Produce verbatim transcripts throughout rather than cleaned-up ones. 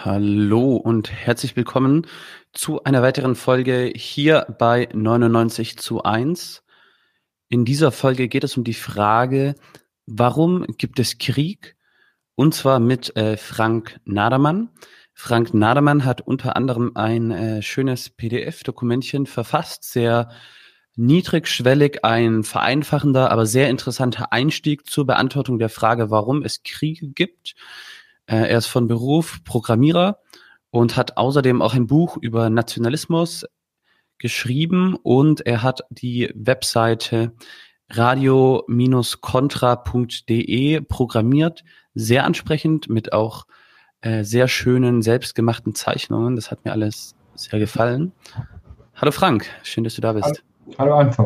Hallo und herzlich willkommen zu einer weiteren Folge hier bei neunundneunzig zu eins. In dieser Folge geht es um die Frage, warum gibt es Krieg? Und zwar mit äh, Frank Nadermann. Frank Nadermann hat unter anderem ein äh, schönes P D F-Dokumentchen verfasst, sehr niedrigschwellig, ein vereinfachender, aber sehr interessanter Einstieg zur Beantwortung der Frage, warum es Kriege gibt. Äh, er ist von Beruf Programmierer und hat außerdem auch ein Buch über Nationalismus geschrieben und er hat die Webseite radio Bindestrich contra Punkt de programmiert. Sehr ansprechend mit auch äh, sehr schönen, selbstgemachten Zeichnungen. Das hat mir alles sehr gefallen. Hallo Frank, schön, dass du da bist. Hallo, hallo Anton.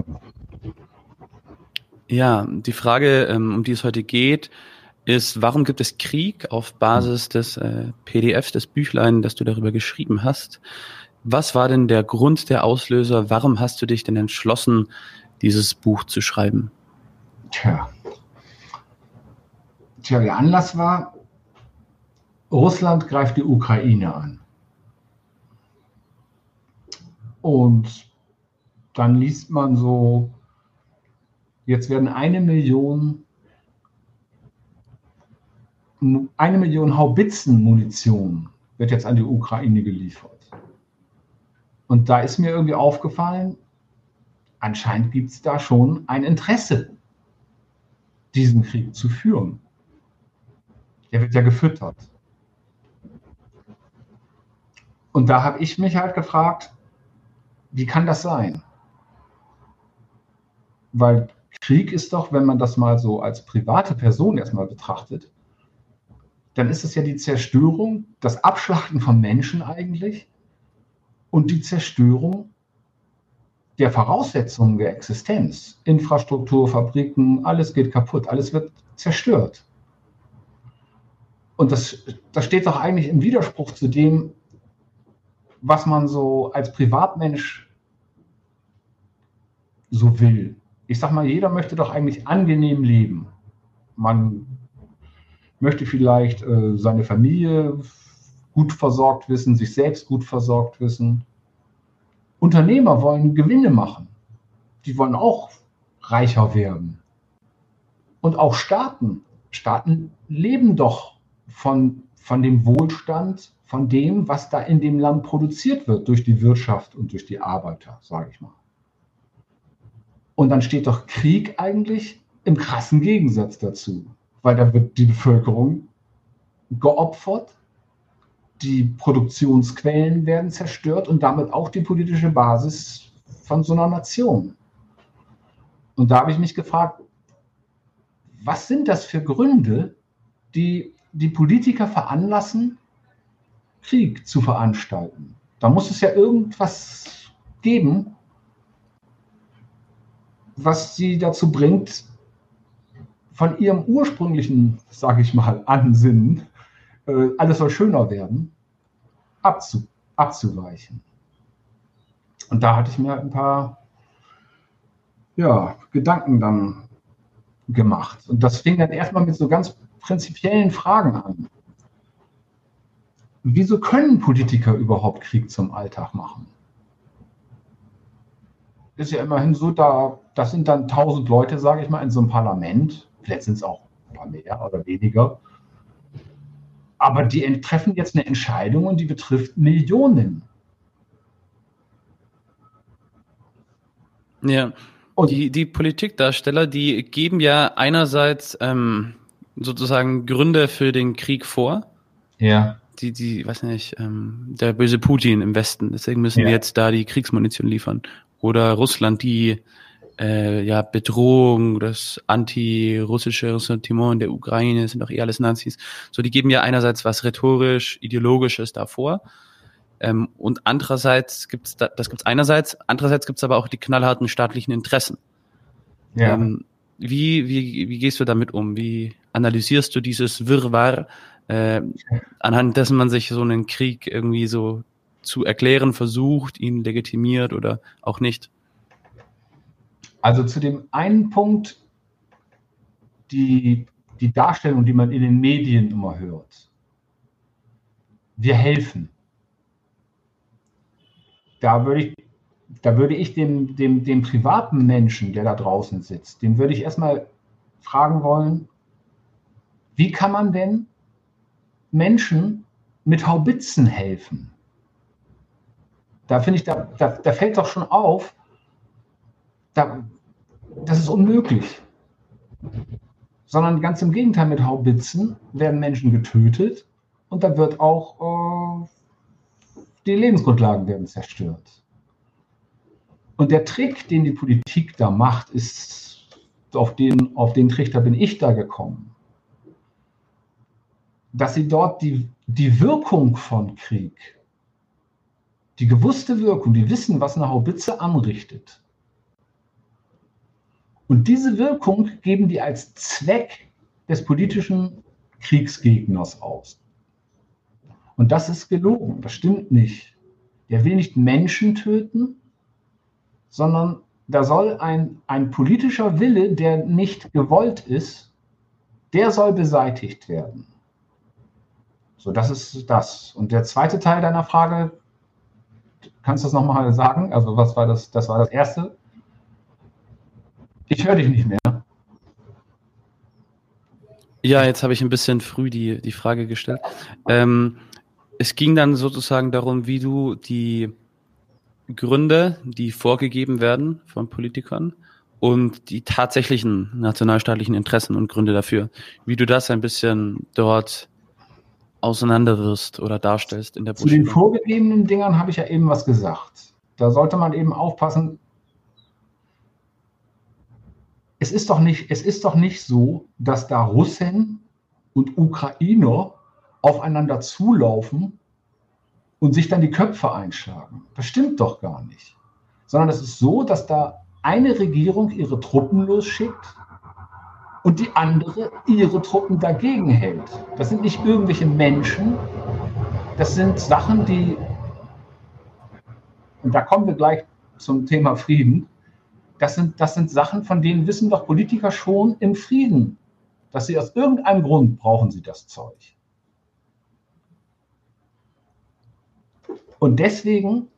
Ja, die Frage, ähm, um die es heute geht, ist, warum gibt es Krieg auf Basis des äh, P D Fs, des Büchlein, das du darüber geschrieben hast? Was war denn der Grund, der Auslöser? Warum hast du dich denn entschlossen, dieses Buch zu schreiben? Tja. Tja, der Anlass war, Russland greift die Ukraine an. Und dann liest man so, jetzt werden eine Million Eine Million Haubitzen-Munition wird jetzt an die Ukraine geliefert. Und da ist mir irgendwie aufgefallen, anscheinend gibt es da schon ein Interesse, diesen Krieg zu führen. Der wird ja gefüttert. Und da habe ich mich halt gefragt, wie kann das sein? Weil Krieg ist doch, wenn man das mal so als private Person erstmal betrachtet, dann ist es ja die Zerstörung, das Abschlachten von Menschen eigentlich und die Zerstörung der Voraussetzungen der Existenz. Infrastruktur, Fabriken, alles geht kaputt, alles wird zerstört. Und das, das steht doch eigentlich im Widerspruch zu dem, was man so als Privatmensch so will. Ich sag mal, jeder möchte doch eigentlich angenehm leben. Man möchte vielleicht äh, seine Familie gut versorgt wissen, sich selbst gut versorgt wissen. Unternehmer wollen Gewinne machen. Die wollen auch reicher werden. Und auch Staaten. Staaten leben doch von, von dem Wohlstand, von dem, was da in dem Land produziert wird, durch die Wirtschaft und durch die Arbeiter, sage ich mal. Und dann steht doch Krieg eigentlich im krassen Gegensatz dazu. Weil da wird die Bevölkerung geopfert, die Produktionsquellen werden zerstört und damit auch die politische Basis von so einer Nation. Und da habe ich mich gefragt, was sind das für Gründe, die die Politiker veranlassen, Krieg zu veranstalten? Da muss es ja irgendwas geben, was sie dazu bringt, von ihrem ursprünglichen, sage ich mal, Ansinnen, äh, alles soll schöner werden, abzu, abzuweichen. Und da hatte ich mir ein paar ja, Gedanken dann gemacht. Und das fing dann erstmal mit so ganz prinzipiellen Fragen an. Wieso können Politiker überhaupt Krieg zum Alltag machen? Ist ja immerhin so, da, das sind dann tausend Leute, sage ich mal, in so einem Parlament. Vielleicht sind es auch ein paar mehr oder weniger. Aber die treffen jetzt eine Entscheidung und die betrifft Millionen. Ja, und die, die Politikdarsteller, die geben ja einerseits ähm, sozusagen Gründe für den Krieg vor. Ja. Die, die, weiß nicht, ähm, der böse Putin im Westen, deswegen müssen Ja. wir jetzt da die Kriegsmunition liefern. Oder Russland, die äh, ja Bedrohung, das anti-russische Ressentiment in der Ukraine, sind doch eh alles Nazis. So, die geben ja einerseits was rhetorisch, ideologisches davor. Ähm, und andererseits gibt's da, das gibt's einerseits, andererseits gibt's aber auch die knallharten staatlichen Interessen. Ja. Ähm, wie, wie, wie gehst du damit um? Wie analysierst du dieses Wirrwarr, äh, anhand dessen man sich so einen Krieg irgendwie so zu erklären versucht, ihn legitimiert oder auch nicht? Also zu dem einen Punkt, die, die Darstellung, die man in den Medien immer hört. wir helfen. Da würde ich, da würde ich dem, dem, dem privaten Menschen, der da draußen sitzt, dem würde ich erstmal fragen wollen, wie kann man denn Menschen mit Haubitzen helfen? Da finde ich, da, da, da fällt doch schon auf, da, das ist unmöglich. Sondern ganz im Gegenteil, mit Haubitzen werden Menschen getötet und da wird auch äh, die Lebensgrundlagen werden zerstört. Und der Trick, den die Politik da macht, ist, auf den, auf den Trichter bin ich da gekommen, dass sie dort die, die Wirkung von Krieg, die gewusste Wirkung, die wissen, was eine Haubitze anrichtet. Und diese Wirkung geben die als Zweck des politischen Kriegsgegners aus. Und das ist gelogen, das stimmt nicht. Der will nicht Menschen töten, sondern da soll ein, ein politischer Wille, der nicht gewollt ist, der soll beseitigt werden. So, das ist das. Und der zweite Teil deiner Frage, kannst du das nochmal sagen? Also was war das? Das war das erste. Ich höre dich nicht mehr. Ja, jetzt habe ich ein bisschen früh die, die Frage gestellt. Ähm, es ging dann sozusagen darum, wie du die Gründe, die vorgegeben werden von Politikern und die tatsächlichen nationalstaatlichen Interessen und Gründe dafür, wie du das ein bisschen dort auseinanderwirfst oder darstellst in der Zu den vorgegebenen Dingern habe ich ja eben was gesagt. Da sollte man eben aufpassen. Es ist doch nicht, es ist doch nicht so, dass da Russen und Ukrainer aufeinander zulaufen und sich dann die Köpfe einschlagen. Das stimmt doch gar nicht. Sondern es ist so, dass da eine Regierung ihre Truppen losschickt und die andere ihre Truppen dagegen hält. Das sind nicht irgendwelche Menschen, das sind Sachen, die, und da kommen wir gleich zum Thema Frieden, das sind, das sind Sachen, von denen wissen doch Politiker schon im Frieden, dass sie aus irgendeinem Grund brauchen sie das Zeug. Und deswegen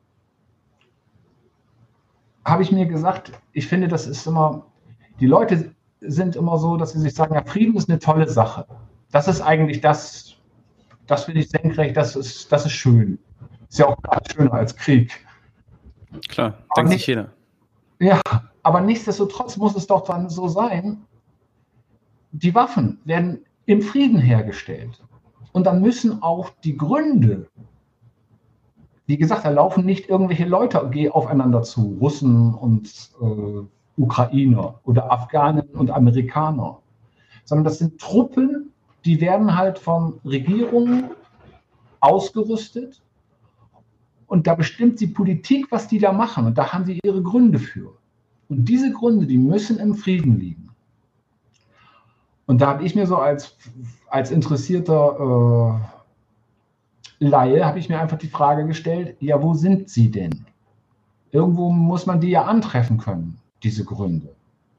habe ich mir gesagt, ich finde, das ist immer, die Leute sind immer so, dass sie sich sagen, ja, Frieden ist eine tolle Sache. Das ist eigentlich das, das finde ich senkrecht, das ist, das ist schön. Ist ja auch schöner als Krieg. Klar, denkt sich jeder. Ja, aber nichtsdestotrotz muss es doch dann so sein, die Waffen werden im Frieden hergestellt. Und dann müssen auch die Gründe, wie gesagt, da laufen nicht irgendwelche Leute aufeinander zu, Russen und äh, Ukrainer oder Afghanen und Amerikaner, sondern das sind Truppen, die werden halt von Regierungen ausgerüstet und da bestimmt die Politik, was die da machen und da haben sie ihre Gründe für. Und diese Gründe, die müssen im Frieden liegen. Und da habe ich mir so als, als interessierter äh, Laie, habe ich mir einfach die Frage gestellt, ja, wo sind sie denn? Irgendwo muss man die ja antreffen können, diese Gründe.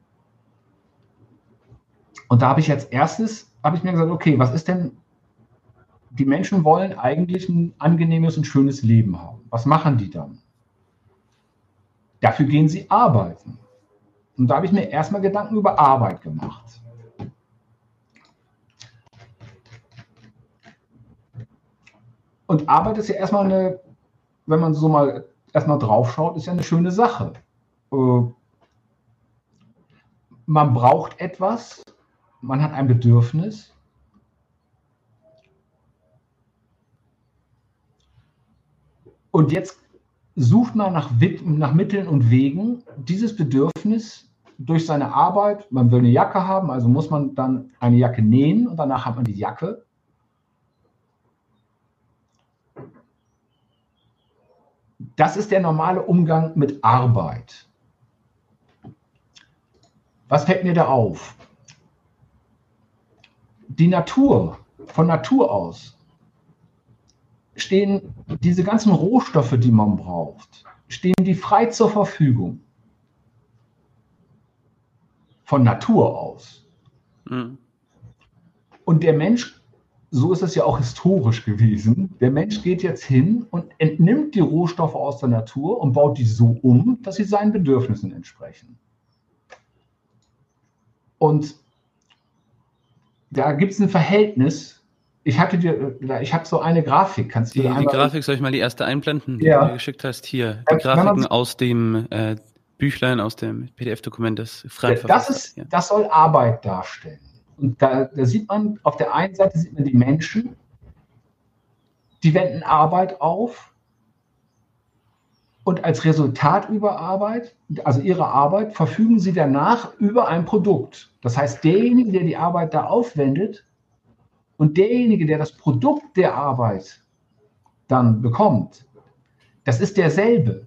Und da habe ich als erstes, habe ich mir gesagt, okay, was ist denn, die Menschen wollen eigentlich ein angenehmes und schönes Leben haben. Was machen die dann? Dafür gehen sie arbeiten. Und da habe ich mir erstmal Gedanken über Arbeit gemacht. Und Arbeit ist ja erstmal eine, wenn man so mal erstmal drauf schaut, ist ja eine schöne Sache. Man braucht etwas, man hat ein Bedürfnis. Und jetzt sucht man nach, nach Mitteln und Wegen, dieses Bedürfnis durch seine Arbeit, man will eine Jacke haben, also muss man dann eine Jacke nähen und danach hat man die Jacke. Das ist der normale Umgang mit Arbeit. Was fällt mir da auf? Die Natur, von Natur aus, stehen diese ganzen Rohstoffe, die man braucht, stehen die frei zur Verfügung. Von Natur aus. Mhm. Und der Mensch so ist es ja auch historisch gewesen. Der Mensch geht jetzt hin und entnimmt die Rohstoffe aus der Natur und baut die so um, dass sie seinen Bedürfnissen entsprechen. Und da gibt es ein Verhältnis. Ich hatte dir, ich habe so eine Grafik. Kannst du Die, einmal, die Grafik, soll ich mal die erste einblenden, die ja. du mir geschickt hast? Hier, die Grafiken aus dem äh, Büchlein, aus dem P D F-Dokument des freien Verfassers. Das, das soll Arbeit darstellen. Und da, da sieht man, auf der einen Seite sieht man die Menschen, die wenden Arbeit auf und als Resultat über Arbeit, also ihre Arbeit, verfügen sie danach über ein Produkt. Das heißt, derjenige, der die Arbeit da aufwendet und derjenige, der das Produkt der Arbeit dann bekommt, das ist derselbe.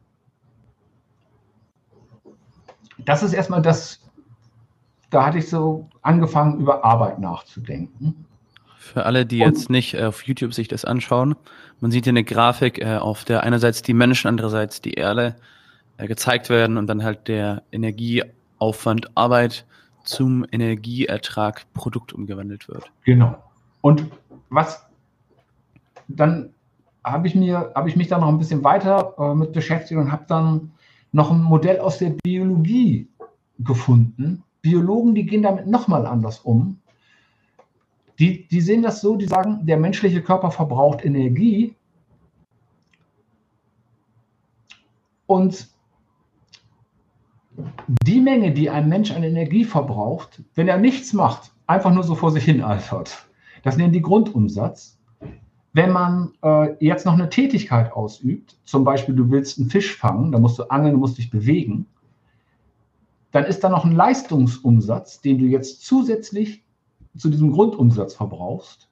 Das ist erstmal das, da hatte ich so angefangen, über Arbeit nachzudenken. Für alle, die und, jetzt nicht äh, auf YouTube sich das anschauen, man sieht hier eine Grafik, äh, auf der einerseits die Menschen, andererseits die Erde äh, gezeigt werden und dann halt der Energieaufwand Arbeit zum Energieertrag Produkt umgewandelt wird. Genau. Und was dann habe ich mir, habe ich mich da noch ein bisschen weiter äh, mit beschäftigt und habe dann noch ein Modell aus der Biologie gefunden. Biologen, die gehen damit nochmal anders um. Die, die sehen das so, die sagen, der menschliche Körper verbraucht Energie und die Menge, die ein Mensch an Energie verbraucht, wenn er nichts macht, einfach nur so vor sich hin eifert, das nennen die Grundumsatz. Wenn man äh, jetzt noch eine Tätigkeit ausübt, zum Beispiel du willst einen Fisch fangen, da musst du angeln, du musst dich bewegen, dann ist da noch ein Leistungsumsatz, den du jetzt zusätzlich zu diesem Grundumsatz verbrauchst.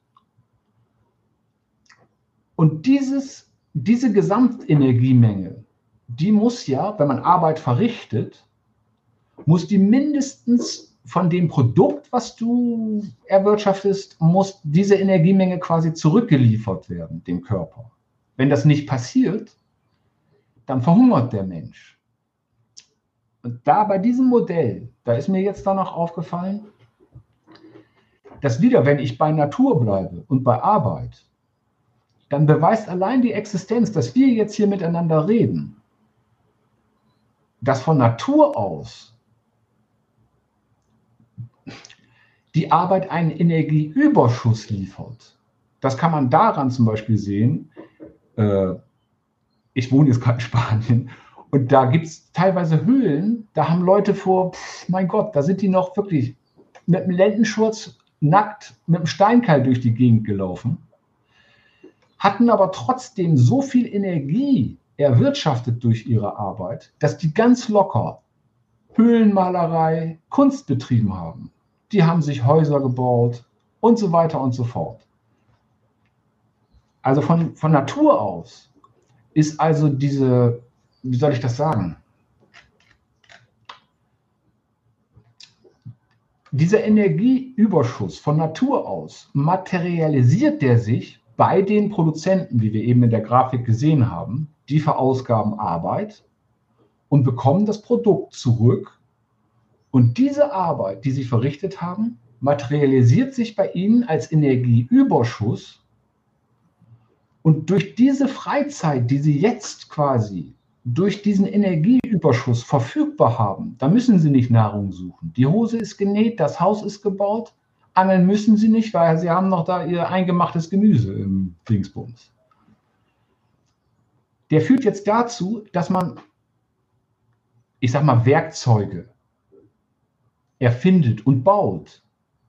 Und dieses, diese Gesamtenergiemenge, die muss ja, wenn man Arbeit verrichtet, muss die mindestens von dem Produkt, was du erwirtschaftest, muss diese Energiemenge quasi zurückgeliefert werden, dem Körper. Wenn das nicht passiert, dann verhungert der Mensch. Und da bei diesem Modell, da ist mir jetzt dann noch aufgefallen, dass wieder, wenn ich bei Natur bleibe und bei Arbeit, dann beweist allein die Existenz, dass wir jetzt hier miteinander reden, dass von Natur aus die Arbeit einen Energieüberschuss liefert. Das kann man daran zum Beispiel sehen, äh, ich wohne jetzt gerade in Spanien und da gibt es teilweise Höhlen, da haben Leute vor, pff, mein Gott, da sind die noch wirklich mit einem Lendenschurz nackt mit einem Steinkeil durch die Gegend gelaufen, hatten aber trotzdem so viel Energie erwirtschaftet durch ihre Arbeit, dass die ganz locker Höhlenmalerei, Kunst betrieben haben. Die haben sich Häuser gebaut und so weiter und so fort. Also von, von Natur aus ist also diese, wie soll ich das sagen, dieser Energieüberschuss von Natur aus, materialisiert der sich bei den Produzenten, wie wir eben in der Grafik gesehen haben, die verausgaben Arbeit und bekommen das Produkt zurück. Und diese Arbeit, die sie verrichtet haben, materialisiert sich bei ihnen als Energieüberschuss. Und durch diese Freizeit, die sie jetzt quasi durch diesen Energieüberschuss verfügbar haben, da müssen sie nicht Nahrung suchen. Die Hose ist genäht, das Haus ist gebaut, angeln müssen sie nicht, weil sie haben noch da ihr eingemachtes Gemüse im Dingsbums. Der führt jetzt dazu, dass man, ich sag mal, Werkzeuge erfindet und baut.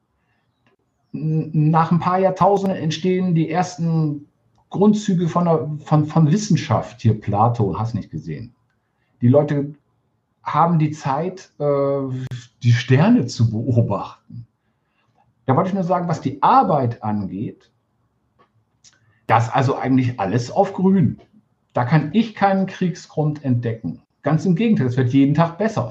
Nach ein paar Jahrtausenden entstehen die ersten Grundzüge von, der, von, von Wissenschaft. Hier Plato, hast nicht gesehen. Die Leute haben die Zeit, äh, die Sterne zu beobachten. Da wollte ich nur sagen, was die Arbeit angeht, das also eigentlich alles auf grün. Da kann ich keinen Kriegsgrund entdecken. Ganz im Gegenteil, es wird jeden Tag besser.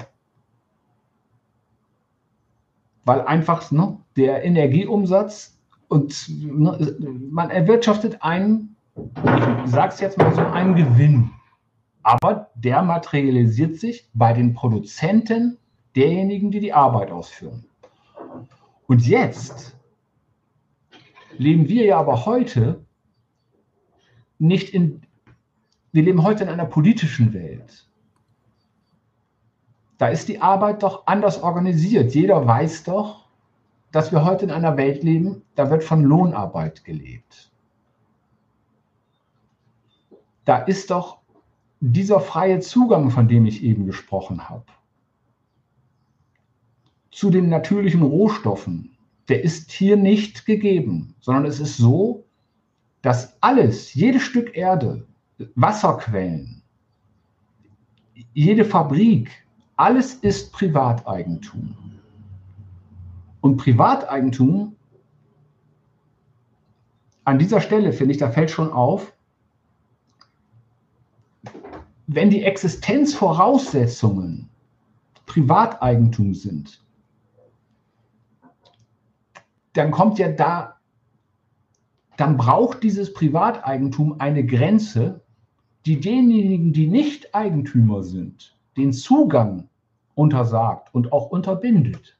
Weil einfach ne, der Energieumsatz und ne, man erwirtschaftet einen, ich sage es jetzt mal so, einen Gewinn. Aber der materialisiert sich bei den Produzenten derjenigen, die die Arbeit ausführen. Und jetzt leben wir ja aber heute nicht in, wir leben heute in einer politischen Welt. Da ist die Arbeit doch anders organisiert. Jeder weiß doch, dass wir heute in einer Welt leben, da wird von Lohnarbeit gelebt. Da ist doch dieser freie Zugang, von dem ich eben gesprochen habe, zu den natürlichen Rohstoffen, der ist hier nicht gegeben, sondern es ist so, dass alles, jedes Stück Erde, Wasserquellen, jede Fabrik, alles ist Privateigentum. Und Privateigentum, an dieser Stelle finde ich, da fällt schon auf, wenn die Existenzvoraussetzungen Privateigentum sind, dann kommt ja da, dann braucht dieses Privateigentum eine Grenze, die denjenigen, die nicht Eigentümer sind, den Zugang untersagt und auch unterbindet.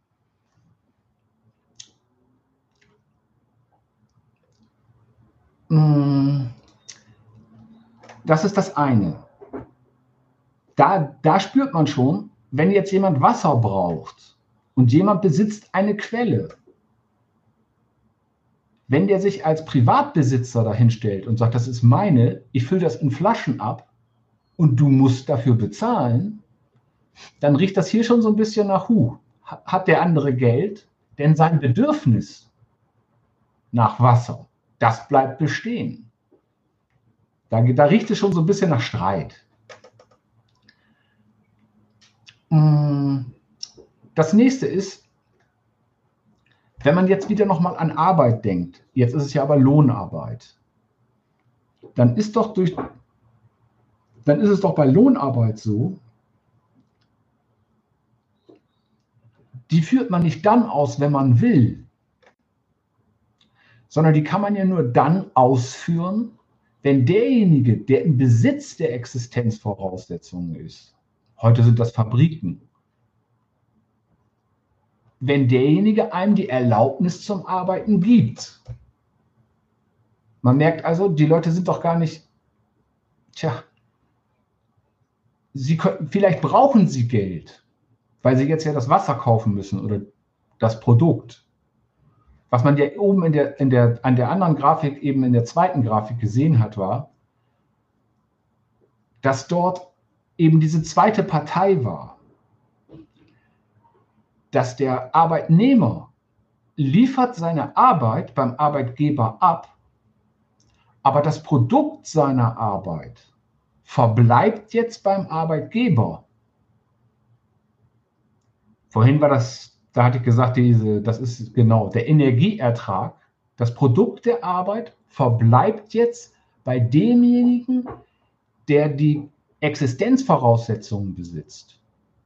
Das ist das eine. Da, da spürt man schon, wenn jetzt jemand Wasser braucht und jemand besitzt eine Quelle, wenn der sich als Privatbesitzer dahinstellt und sagt, das ist meine, ich fülle das in Flaschen ab und du musst dafür bezahlen, dann riecht das hier schon so ein bisschen nach Hu. Hat der andere Geld? Denn sein Bedürfnis nach Wasser, das bleibt bestehen. Da, da riecht es schon so ein bisschen nach Streit. Das nächste ist, wenn man jetzt wieder nochmal an Arbeit denkt, jetzt ist es ja aber Lohnarbeit, dann ist doch durch, dann ist es doch bei Lohnarbeit so, die führt man nicht dann aus, wenn man will, sondern die kann man ja nur dann ausführen, wenn derjenige, der im Besitz der Existenzvoraussetzungen ist, heute sind das Fabriken, wenn derjenige einem die Erlaubnis zum Arbeiten gibt. Man merkt also, die Leute sind doch gar nicht, tja, sie können, vielleicht brauchen sie Geld, weil sie jetzt ja das Wasser kaufen müssen oder das Produkt. Was man ja oben in der, in der, an der anderen Grafik, eben in der zweiten Grafik gesehen hat, war, dass dort eben diese zweite Partei war, dass der Arbeitnehmer liefert seine Arbeit beim Arbeitgeber ab, aber das Produkt seiner Arbeit verbleibt jetzt beim Arbeitgeber. Vorhin war das, da hatte ich gesagt, diese, das ist genau der Energieertrag. Das Produkt der Arbeit verbleibt jetzt bei demjenigen, der die Existenzvoraussetzungen besitzt.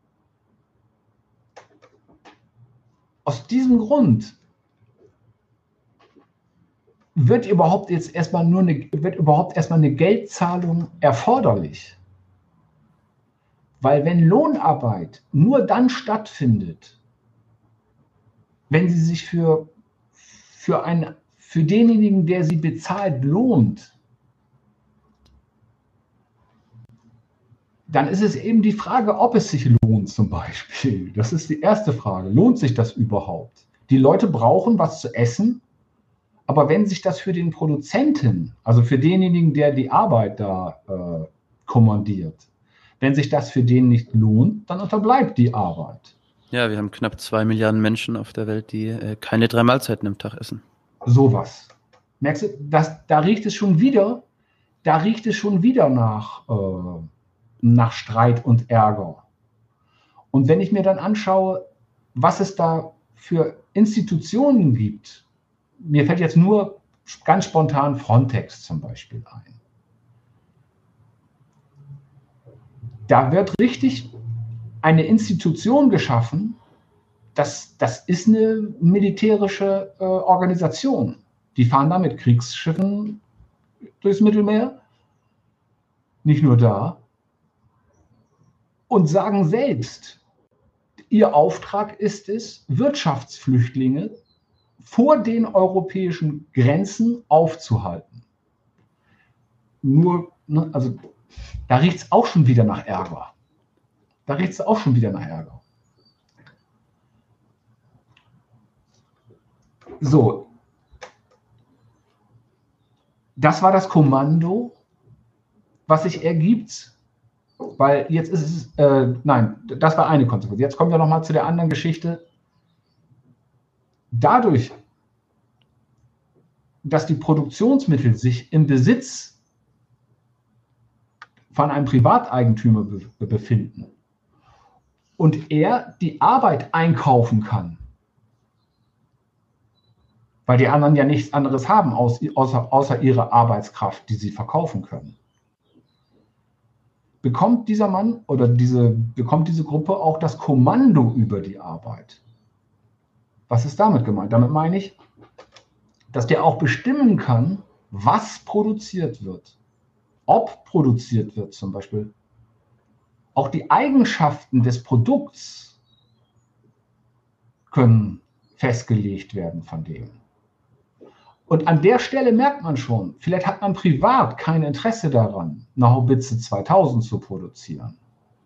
Aus diesem Grund wird überhaupt jetzt erstmal nur eine, wird überhaupt erstmal eine Geldzahlung erforderlich. Weil wenn Lohnarbeit nur dann stattfindet, wenn sie sich für, für, einen, für denjenigen, der sie bezahlt, lohnt, dann ist es eben die Frage, ob es sich lohnt zum Beispiel. Das ist die erste Frage. Lohnt sich das überhaupt? Die Leute brauchen was zu essen, aber wenn sich das für den Produzenten, also für denjenigen, der die Arbeit da äh, kommandiert, wenn sich das für den nicht lohnt, dann unterbleibt die Arbeit. Ja, wir haben knapp zwei Milliarden Menschen auf der Welt, die äh, keine drei Mahlzeiten im Tag essen. Sowas. Merkst du, das, da riecht es schon wieder, da riecht es schon wieder nach... Äh, nach Streit und Ärger. Und wenn ich mir dann anschaue, was es da für Institutionen gibt, mir fällt jetzt nur ganz spontan Frontex zum Beispiel ein. Da wird richtig eine Institution geschaffen, das, das ist eine militärische äh, Organisation. Die fahren da mit Kriegsschiffen durchs Mittelmeer, nicht nur da, und sagen selbst, ihr Auftrag ist es, Wirtschaftsflüchtlinge vor den europäischen Grenzen aufzuhalten. Nur, ne, also da riecht es auch schon wieder nach Ärger. Da riecht es auch schon wieder nach Ärger. So, das war das Kommando, was sich ergibt, weil jetzt ist es, äh, nein, das war eine Konsequenz. Jetzt kommen wir nochmal zu der anderen Geschichte. Dadurch, dass die Produktionsmittel sich im Besitz von einem Privateigentümer be- befinden und er die Arbeit einkaufen kann, weil die anderen ja nichts anderes haben, außer, außer ihre Arbeitskraft, die sie verkaufen können, bekommt dieser Mann oder diese, bekommt diese Gruppe auch das Kommando über die Arbeit. Was ist damit gemeint? Damit meine ich, dass der auch bestimmen kann, was produziert wird, ob produziert wird zum Beispiel. Auch die Eigenschaften des Produkts können festgelegt werden von dem. Und an der Stelle merkt man schon, vielleicht hat man privat kein Interesse daran, eine Haubitze zweitausend zu produzieren.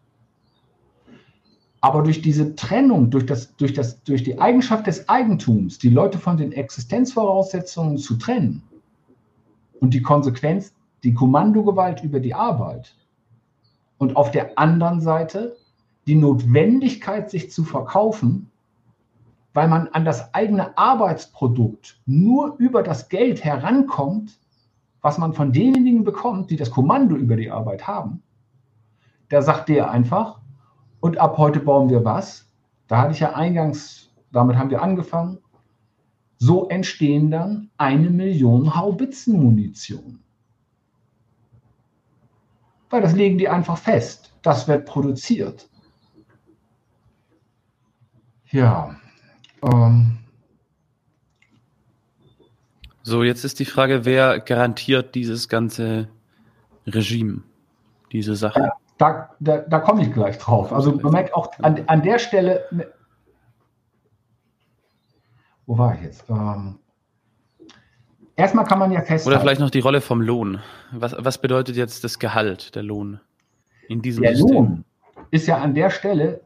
Aber durch diese Trennung, durch, das, durch, das, durch die Eigenschaft des Eigentums, die Leute von den Existenzvoraussetzungen zu trennen und die Konsequenz, die Kommandogewalt über die Arbeit und auf der anderen Seite die Notwendigkeit, sich zu verkaufen, weil man an das eigene Arbeitsprodukt nur über das Geld herankommt, was man von denjenigen bekommt, die das Kommando über die Arbeit haben, da sagt der einfach, und ab heute bauen wir was? Da hatte ich ja eingangs, damit haben wir angefangen, so entstehen dann eine Million Haubitzenmunition. Weil das legen die einfach fest, das wird produziert. Ja, ähm, So, jetzt ist die Frage, wer garantiert dieses ganze Regime, diese Sache? Da, da, da komme ich gleich drauf. Also man merkt auch an, an der Stelle, wo war ich jetzt? Ähm, erstmal kann man ja festhalten. Oder vielleicht noch die Rolle vom Lohn. Was, was bedeutet jetzt das Gehalt, der Lohn in diesem Der System? Lohn ist ja an der Stelle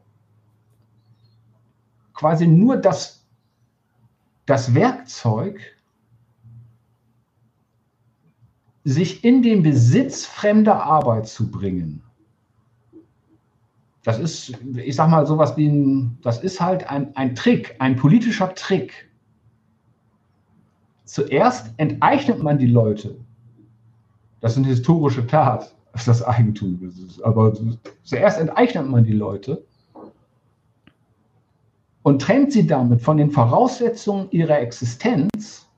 quasi nur das, das Werkzeug, sich in den Besitz fremder Arbeit zu bringen. Das ist, ich sag mal, sowas wie ein, das ist halt ein, ein Trick, ein politischer Trick. Zuerst enteignet man die Leute. Das ist eine historische Tat, das Eigentum ist. Aber zuerst enteignet man die Leute und trennt sie damit von den Voraussetzungen ihrer Existenz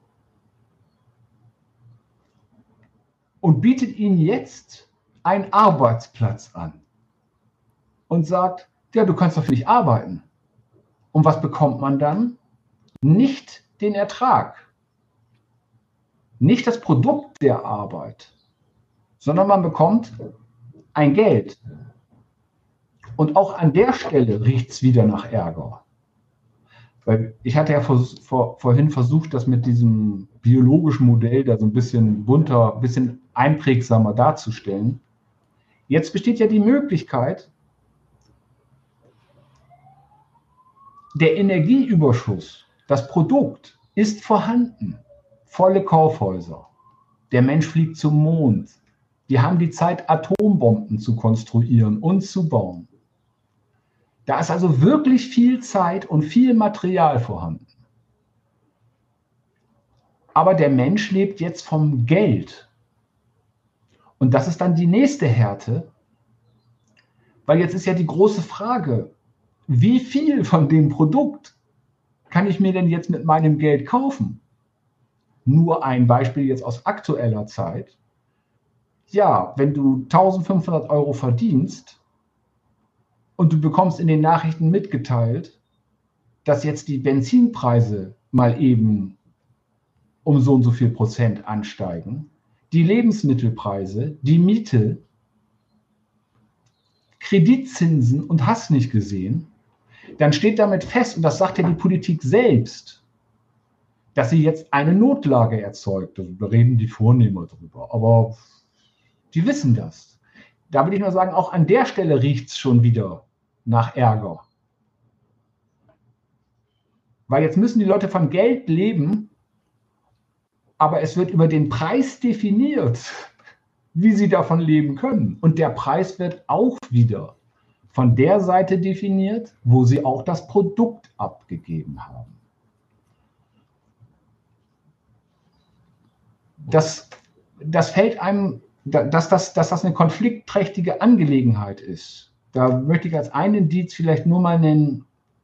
und bietet ihnen jetzt einen Arbeitsplatz an und sagt, ja, du kannst doch für mich arbeiten. Und was bekommt man dann? Nicht den Ertrag, nicht das Produkt der Arbeit, sondern man bekommt ein Geld. Und auch an der Stelle riecht es wieder nach Ärger. Weil ich hatte ja vor, vor, vorhin versucht, das mit diesem biologischen Modell da so ein bisschen bunter, ein bisschen einprägsamer darzustellen. Jetzt besteht ja die Möglichkeit, der Energieüberschuss, das Produkt ist vorhanden. Volle Kaufhäuser. Der Mensch fliegt zum Mond. Die haben die Zeit, Atombomben zu konstruieren und zu bauen. Da ist also wirklich viel Zeit und viel Material vorhanden. Aber der Mensch lebt jetzt vom Geld. Und das ist dann die nächste Härte, weil jetzt ist ja die große Frage, wie viel von dem Produkt kann ich mir denn jetzt mit meinem Geld kaufen? Nur ein Beispiel jetzt aus aktueller Zeit. Ja, wenn du eintausendfünfhundert Euro verdienst und du bekommst in den Nachrichten mitgeteilt, dass jetzt die Benzinpreise mal eben um so und so viel Prozent ansteigen, die Lebensmittelpreise, die Miete, Kreditzinsen und hast nicht gesehen, dann steht damit fest, und das sagt ja die Politik selbst, dass sie jetzt eine Notlage erzeugt. Da reden die Vornehmer drüber, aber die wissen das. Da will ich nur sagen, auch an der Stelle riecht es schon wieder nach Ärger. Weil jetzt müssen die Leute von Geld leben, aber es wird über den Preis definiert, wie sie davon leben können. Und der Preis wird auch wieder von der Seite definiert, wo sie auch das Produkt abgegeben haben. Das, das fällt einem, dass das, dass das eine konfliktträchtige Angelegenheit ist. Da möchte ich als ein Indiz vielleicht nur mal nennen,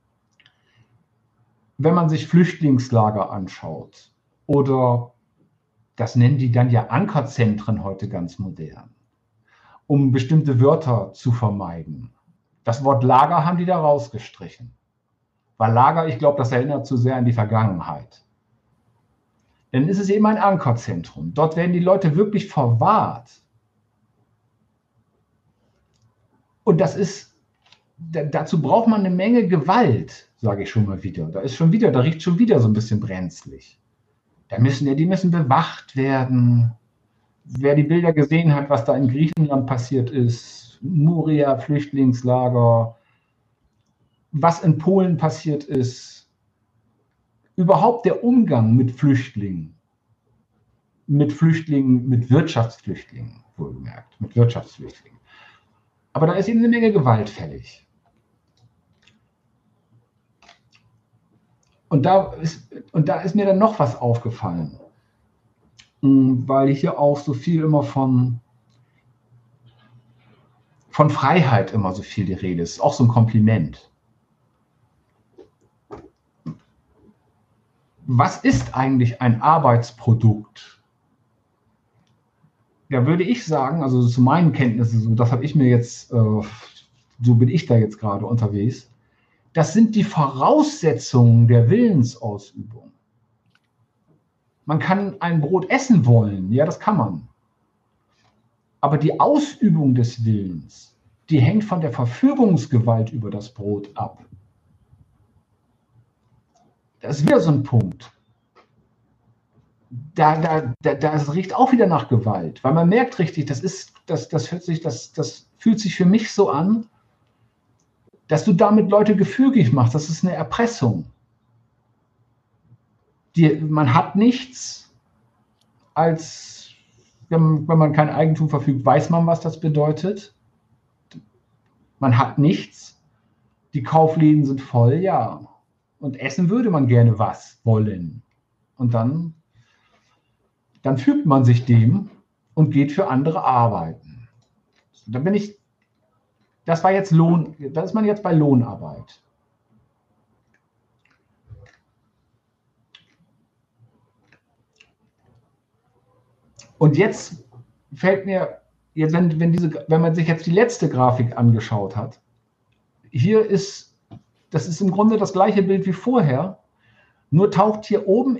wenn man sich Flüchtlingslager anschaut oder das nennen die dann ja Ankerzentren heute ganz modern, um bestimmte Wörter zu vermeiden. Das Wort Lager haben die da rausgestrichen. Weil Lager, ich glaube, das erinnert zu sehr an die Vergangenheit. Dann ist es eben ein Ankerzentrum. Dort werden die Leute wirklich verwahrt. Und das ist, dazu braucht man eine Menge Gewalt, sage ich schon mal wieder. Da ist schon wieder, da riecht schon wieder so ein bisschen brenzlig. Da müssen ja, die müssen bewacht werden. Wer die Bilder gesehen hat, was da in Griechenland passiert ist, Moria, Flüchtlingslager, was in Polen passiert ist, überhaupt der Umgang mit Flüchtlingen, mit Flüchtlingen, mit Wirtschaftsflüchtlingen, wohlgemerkt, mit Wirtschaftsflüchtlingen. Aber da ist eben eine Menge Gewalt fällig. Und da ist, und da ist mir dann noch was aufgefallen, weil hier auch so viel immer von, von Freiheit immer so viel die Rede ist. Auch so ein Kompliment. Was ist eigentlich ein Arbeitsprodukt? Da würde ich sagen, also zu meinen Kenntnissen, so, das habe ich mir jetzt, äh, so bin ich da jetzt gerade unterwegs, das sind die Voraussetzungen der Willensausübung. Man kann ein Brot essen wollen, ja, das kann man. Aber die Ausübung des Willens, die hängt von der Verfügungsgewalt über das Brot ab. Das ist wieder so ein Punkt. Da, da, da, das riecht auch wieder nach Gewalt, weil man merkt richtig, das, ist, das, das, hört sich, das, das fühlt sich für mich so an, dass du damit Leute gefügig machst. Das ist eine Erpressung. Die, man hat nichts, als wenn, wenn man kein Eigentum verfügt, weiß man, was das bedeutet. Man hat nichts. Die Kaufläden sind voll, ja. Und essen würde man gerne was wollen. Und dann, dann fügt man sich dem und geht für andere arbeiten. Da bin ich, das war jetzt Lohn, da ist man jetzt bei Lohnarbeit. Und jetzt fällt mir, jetzt, wenn, wenn, diese, wenn man sich jetzt die letzte Grafik angeschaut hat, hier ist, das ist im Grunde das gleiche Bild wie vorher, nur taucht hier oben,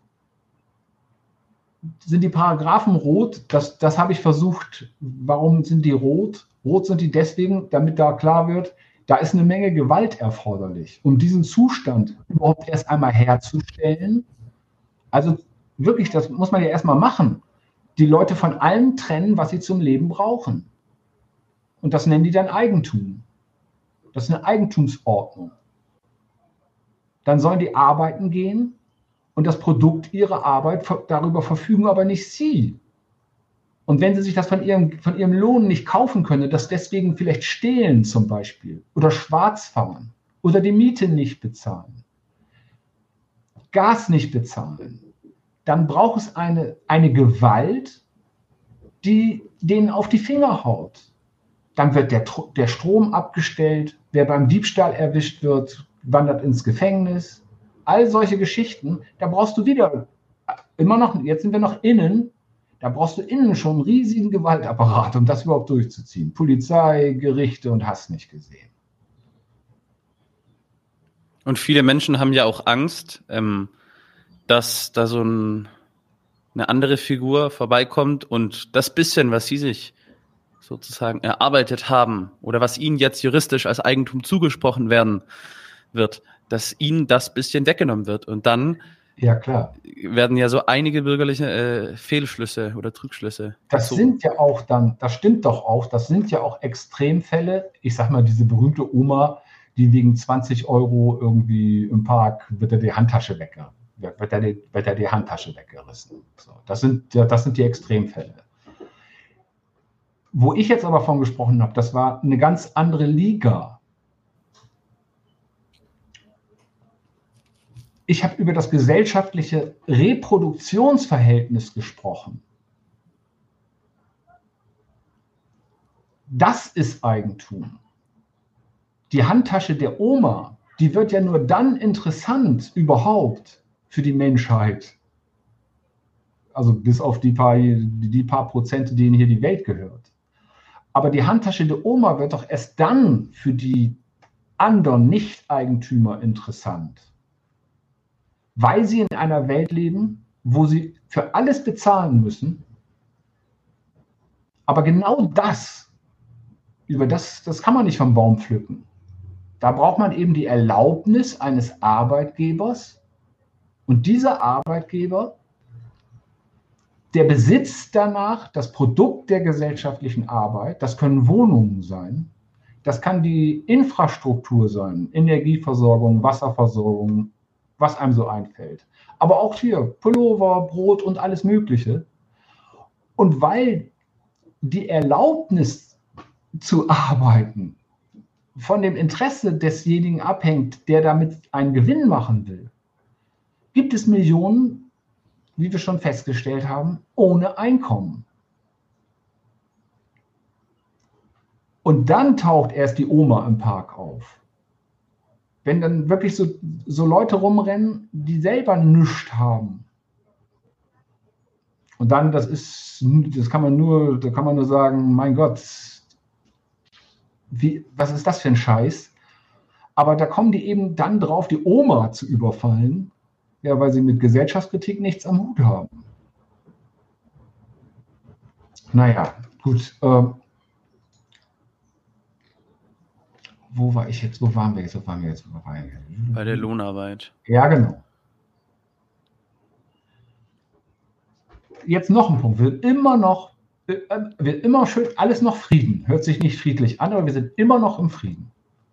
sind die Paragraphen rot, das, das habe ich versucht, warum sind die rot? Rot sind die deswegen, damit da klar wird, da ist eine Menge Gewalt erforderlich, um diesen Zustand überhaupt erst einmal herzustellen. Also wirklich, das muss man ja erstmal machen. Die Leute von allem trennen, was sie zum Leben brauchen. Und das nennen die dann Eigentum. Das ist eine Eigentumsordnung. Dann sollen die arbeiten gehen und das Produkt ihrer Arbeit, darüber verfügen aber nicht sie. Und wenn sie sich das von ihrem, von ihrem Lohn nicht kaufen können, das deswegen vielleicht stehlen zum Beispiel oder schwarz fahren oder die Miete nicht bezahlen, Gas nicht bezahlen, dann braucht es eine, eine Gewalt, die denen auf die Finger haut. Dann wird der, der Strom abgestellt, wer beim Diebstahl erwischt wird, wandert ins Gefängnis. All solche Geschichten, da brauchst du wieder, immer noch, jetzt sind wir noch innen, da brauchst du innen schon einen riesigen Gewaltapparat, um das überhaupt durchzuziehen. Polizei, Gerichte und hast nicht gesehen. Und viele Menschen haben ja auch Angst, ähm, dass da so ein, eine andere Figur vorbeikommt und das bisschen, was sie sich sozusagen erarbeitet haben oder was ihnen jetzt juristisch als Eigentum zugesprochen werden wird, dass ihnen das bisschen weggenommen wird. Und dann Ja, klar. werden ja so einige bürgerliche äh, Fehlschlüsse oder Trugschlüsse. Das gezogen. sind ja auch dann, das stimmt doch auch, das sind ja auch Extremfälle. Ich sag mal, diese berühmte Oma, die wegen zwanzig Euro irgendwie im Park, wird er die Handtasche weg, wird er die, wird er die Handtasche weggerissen. So, das sind, das sind die Extremfälle. Wo ich jetzt aber von gesprochen habe, das war eine ganz andere Liga. Ich habe über das gesellschaftliche Reproduktionsverhältnis gesprochen. Das ist Eigentum. Die Handtasche der Oma, die wird ja nur dann interessant überhaupt für die Menschheit. Also bis auf die paar, die paar Prozente, denen hier die Welt gehört. Aber die Handtasche der Oma wird doch erst dann für die anderen Nicht-Eigentümer interessant. Weil sie in einer Welt leben, wo sie für alles bezahlen müssen. Aber genau das, über das, das kann man nicht vom Baum pflücken. Da braucht man eben die Erlaubnis eines Arbeitgebers. Und dieser Arbeitgeber, der besitzt danach das Produkt der gesellschaftlichen Arbeit. Das können Wohnungen sein. Das kann die Infrastruktur sein, Energieversorgung, Wasserversorgung, was einem so einfällt. Aber auch hier Pullover, Brot und alles Mögliche. Und weil die Erlaubnis zu arbeiten von dem Interesse desjenigen abhängt, der damit einen Gewinn machen will, gibt es Millionen, wie wir schon festgestellt haben, ohne Einkommen. Und dann taucht erst die Oma im Park auf. Wenn dann wirklich so, so Leute rumrennen, die selber nichts haben. Und dann, das ist, das kann man nur, da kann man nur sagen, mein Gott, wie, was ist das für ein Scheiß? Aber da kommen die eben dann drauf, die Oma zu überfallen, ja, weil sie mit Gesellschaftskritik nichts am Hut haben. Naja, gut. Ähm, Wo war ich jetzt? Wo waren wir jetzt? Wo waren wir jetzt? Wo waren wir jetzt? Bei der Lohnarbeit. Ja, genau. Jetzt noch ein Punkt. Wir sind immer noch, wir sind immer schön, alles noch Frieden. Hört sich nicht friedlich an, aber wir sind immer noch im Frieden.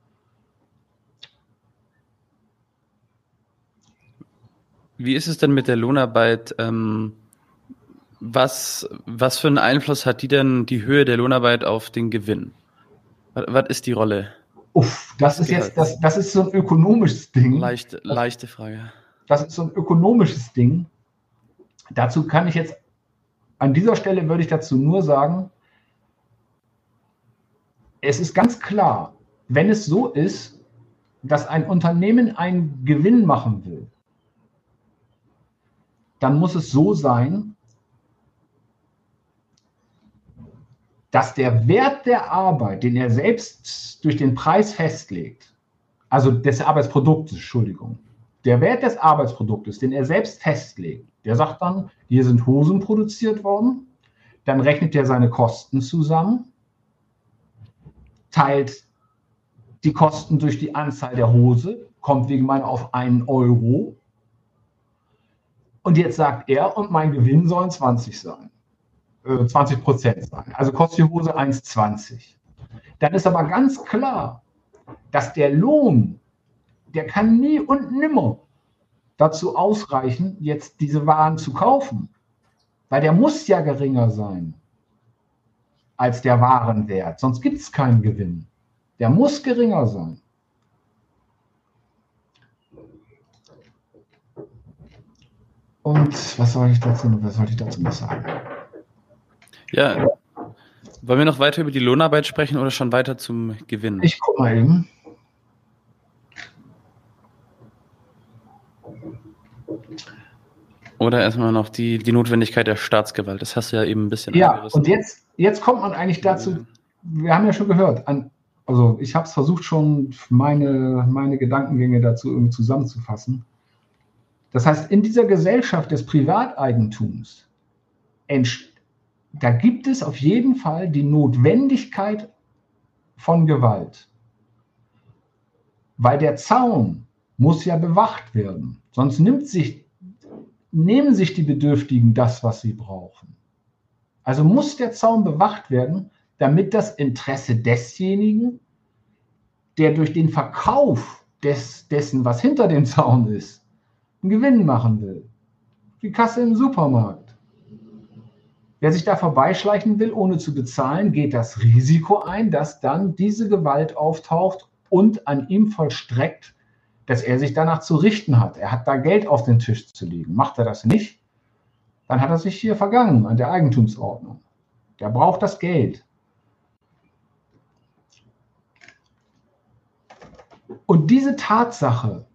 Wie ist es denn mit der Lohnarbeit? Ähm, was, was für einen Einfluss hat die denn, die Höhe der Lohnarbeit auf den Gewinn? Was, was ist die Rolle? Uff, das ist jetzt, das, das ist so ein ökonomisches Ding. Leichte, leichte Frage. Das ist so ein ökonomisches Ding. Dazu kann ich jetzt, an dieser Stelle würde ich dazu nur sagen, es ist ganz klar, wenn es so ist, dass ein Unternehmen einen Gewinn machen will, dann muss es so sein, dass der Wert der Arbeit, den er selbst durch den Preis festlegt, also des Arbeitsproduktes, Entschuldigung, der Wert des Arbeitsproduktes, den er selbst festlegt, der sagt dann, hier sind Hosen produziert worden, dann rechnet er seine Kosten zusammen, teilt die Kosten durch die Anzahl der Hose, kommt wegen meiner auf einen Euro und jetzt sagt er, und mein Gewinn sollen zwanzig sein. zwanzig Prozent sein. Also kostet die Hose eins Komma zwanzig. Dann ist aber ganz klar, dass der Lohn, der kann nie und nimmer dazu ausreichen, jetzt diese Waren zu kaufen. Weil der muss ja geringer sein als der Warenwert. Sonst gibt es keinen Gewinn. Der muss geringer sein. Und was soll ich dazu, was soll ich dazu noch sagen? Ja, wollen wir noch weiter über die Lohnarbeit sprechen oder schon weiter zum Gewinn? Ich guck mal eben. Oder erstmal noch die, die Notwendigkeit der Staatsgewalt. Das hast du ja eben ein bisschen Ja, angerissen. und jetzt, jetzt kommt man eigentlich dazu, wir haben ja schon gehört, an, also ich habe es versucht schon, meine, meine Gedankengänge dazu irgendwie zusammenzufassen. Das heißt, in dieser Gesellschaft des Privateigentums entsteht, da gibt es auf jeden Fall die Notwendigkeit von Gewalt. Weil der Zaun muss ja bewacht werden. Sonst nimmt sich, nehmen sich die Bedürftigen das, was sie brauchen. Also muss der Zaun bewacht werden, damit das Interesse desjenigen, der durch den Verkauf des, dessen, was hinter dem Zaun ist, einen Gewinn machen will. Die Kasse im Supermarkt. Wer sich da vorbeischleichen will, ohne zu bezahlen, geht das Risiko ein, dass dann diese Gewalt auftaucht und an ihm vollstreckt, dass er sich danach zu richten hat. Er hat da Geld auf den Tisch zu legen. Macht er das nicht, dann hat er sich hier vergangen an der Eigentumsordnung. Der braucht das Geld. Und diese Tatsache,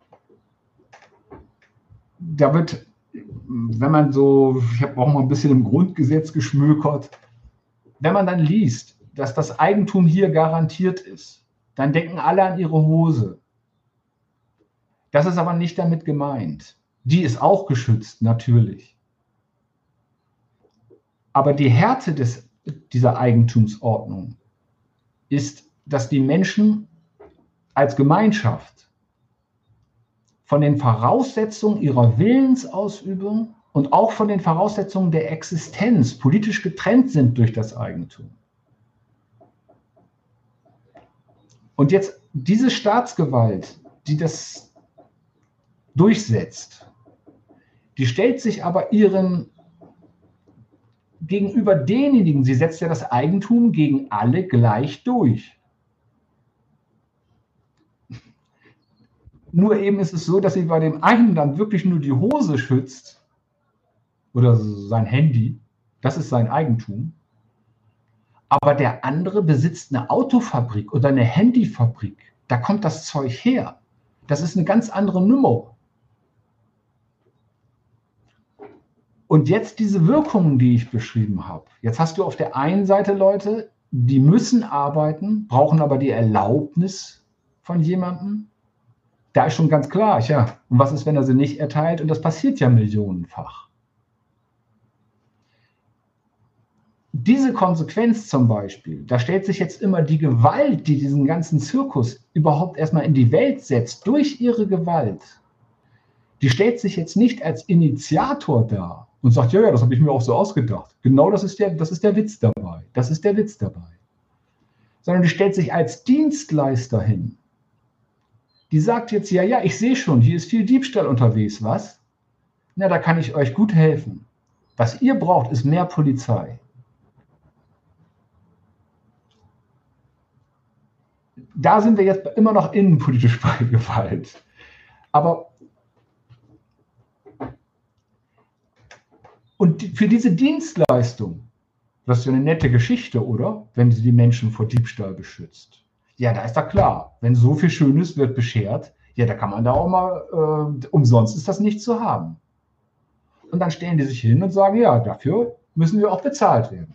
da wird, wenn man so, ich habe auch mal ein bisschen im Grundgesetz geschmökert, wenn man dann liest, dass das Eigentum hier garantiert ist, dann denken alle an ihre Hose. Das ist aber nicht damit gemeint. Die ist auch geschützt, natürlich. Aber die Härte des, dieser Eigentumsordnung ist, dass die Menschen als Gemeinschaft von den Voraussetzungen ihrer Willensausübung und auch von den Voraussetzungen der Existenz politisch getrennt sind durch das Eigentum. Und jetzt diese Staatsgewalt, die das durchsetzt, die stellt sich aber ihren gegenüber denjenigen, sie setzt ja das Eigentum gegen alle gleich durch. Nur eben ist es so, dass sie bei dem einen dann wirklich nur die Hose schützt oder sein Handy, das ist sein Eigentum. Aber der andere besitzt eine Autofabrik oder eine Handyfabrik. Da kommt das Zeug her. Das ist eine ganz andere Nummer. Und jetzt diese Wirkungen, die ich beschrieben habe. Jetzt hast du auf der einen Seite Leute, die müssen arbeiten, brauchen aber die Erlaubnis von jemandem. Da ist schon ganz klar, ja, und was ist, wenn er sie nicht erteilt? Und das passiert ja millionenfach. Diese Konsequenz zum Beispiel, da stellt sich jetzt immer die Gewalt, die diesen ganzen Zirkus überhaupt erstmal in die Welt setzt, durch ihre Gewalt, die stellt sich jetzt nicht als Initiator dar und sagt, ja, ja, das habe ich mir auch so ausgedacht. Genau das ist der, das ist der Witz dabei. Das ist der Witz dabei. Sondern die stellt sich als Dienstleister hin. Die sagt jetzt, ja, ja, ich sehe schon, hier ist viel Diebstahl unterwegs, was? Na, da kann ich euch gut helfen. Was ihr braucht, ist mehr Polizei. Da sind wir jetzt immer noch innenpolitisch bei Gewalt. Aber und für diese Dienstleistung, das ist ja eine nette Geschichte, oder? Wenn sie die Menschen vor Diebstahl beschützt. Ja, da ist da klar, wenn so viel Schönes wird beschert, ja, da kann man da auch mal, äh, umsonst ist das nicht zu haben. Und dann stellen die sich hin und sagen, ja, dafür müssen wir auch bezahlt werden.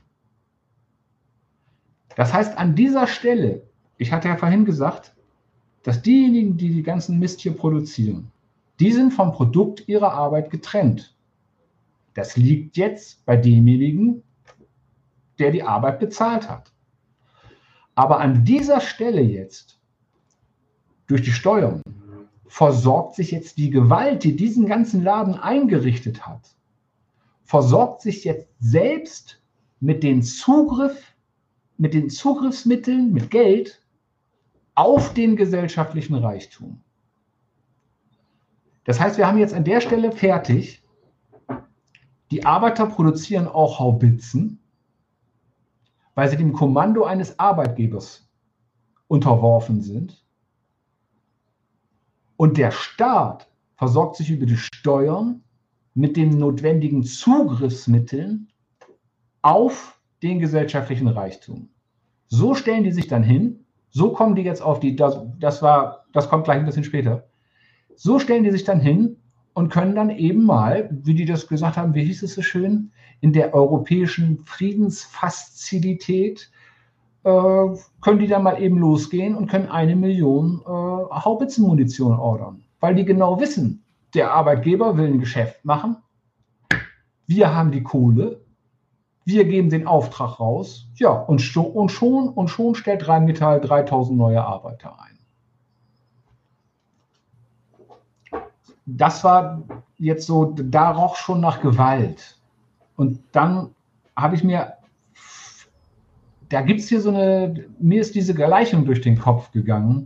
Das heißt, an dieser Stelle, ich hatte ja vorhin gesagt, dass diejenigen, die die ganzen Mist hier produzieren, die sind vom Produkt ihrer Arbeit getrennt. Das liegt jetzt bei demjenigen, der die Arbeit bezahlt hat. Aber an dieser Stelle jetzt, durch die Steuern, versorgt sich jetzt die Gewalt, die diesen ganzen Laden eingerichtet hat, versorgt sich jetzt selbst mit den Zugriff, mit den Zugriffsmitteln, mit Geld auf den gesellschaftlichen Reichtum. Das heißt, wir haben jetzt an der Stelle fertig, die Arbeiter produzieren auch Haubitzen, weil sie dem Kommando eines Arbeitgebers unterworfen sind. Und der Staat versorgt sich über die Steuern mit den notwendigen Zugriffsmitteln auf den gesellschaftlichen Reichtum. So stellen die sich dann hin, so kommen die jetzt auf die, das, das, war, das kommt gleich ein bisschen später, so stellen die sich dann hin und können dann eben mal, wie die das gesagt haben, wie hieß es so schön, in der europäischen Friedensfazilität, äh, können die dann mal eben losgehen und können eine Million äh, Haubitzenmunition ordern. Weil die genau wissen, der Arbeitgeber will ein Geschäft machen, wir haben die Kohle, wir geben den Auftrag raus, ja, und, und, schon, und schon stellt Rheinmetall dreitausend neue Arbeiter ein. Das war jetzt so, da roch schon nach Gewalt. Und dann habe ich mir, da gibt es hier so eine, mir ist diese Gleichung durch den Kopf gegangen.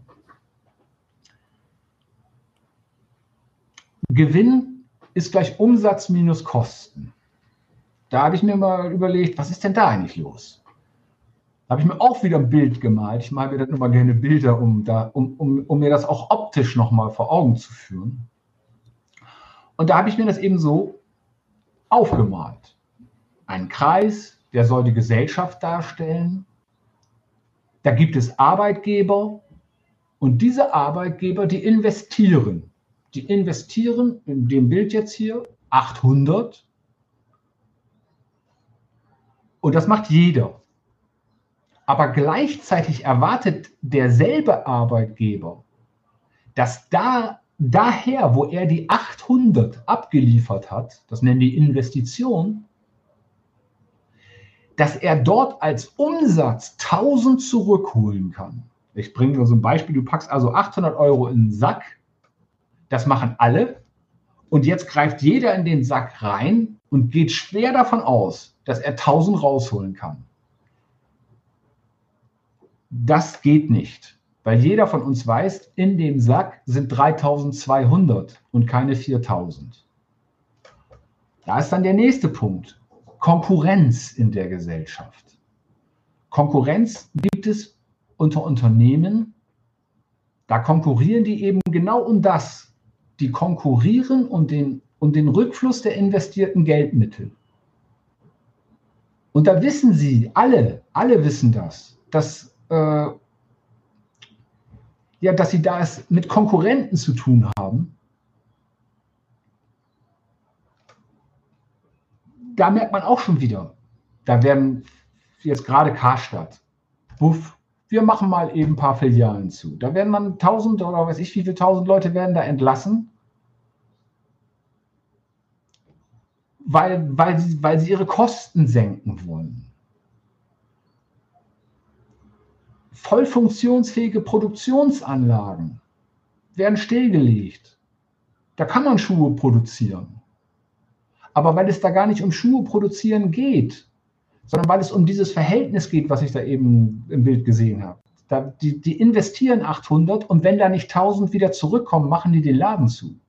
Gewinn ist gleich Umsatz minus Kosten. Da habe ich mir mal überlegt, was ist denn da eigentlich los? Da habe ich mir auch wieder ein Bild gemalt. Ich male mir dann immer gerne Bilder, um, da, um, um, um mir das auch optisch nochmal vor Augen zu führen. Und da habe ich mir das eben so aufgemalt. Ein Kreis, der soll die Gesellschaft darstellen. Da gibt es Arbeitgeber und diese Arbeitgeber, die investieren. Die investieren in dem Bild jetzt hier achthundert und das macht jeder. Aber gleichzeitig erwartet derselbe Arbeitgeber, dass da, daher, wo er die achthundert abgeliefert hat, das nennen die Investition, dass er dort als Umsatz tausend zurückholen kann. Ich bringe nur so ein Beispiel, du packst also achthundert Euro in den Sack, das machen alle und jetzt greift jeder in den Sack rein und geht schwer davon aus, dass er tausend rausholen kann. Das geht nicht, weil jeder von uns weiß, in dem Sack sind dreitausendzweihundert und keine viertausend. Da ist dann der nächste Punkt. Konkurrenz in der Gesellschaft. Konkurrenz gibt es unter Unternehmen, da konkurrieren die eben genau um das. Die konkurrieren um den, um den Rückfluss der investierten Geldmittel. Und da wissen sie, alle, alle wissen das, dass, äh, ja, dass sie da es mit Konkurrenten zu tun haben. Da merkt man auch schon wieder, da werden jetzt gerade Karstadt, Buff, wir machen mal eben ein paar Filialen zu. Da werden dann tausend oder weiß ich wie viele tausend Leute werden da entlassen, weil, weil, sie, weil sie ihre Kosten senken wollen. Voll funktionsfähige Produktionsanlagen werden stillgelegt. Da kann man Schuhe produzieren. Aber weil es da gar nicht um Schuhe produzieren geht, sondern weil es um dieses Verhältnis geht, was ich da eben im Bild gesehen habe. Da, die, die investieren achthundert und wenn da nicht tausend wieder zurückkommen, machen die den Laden zu.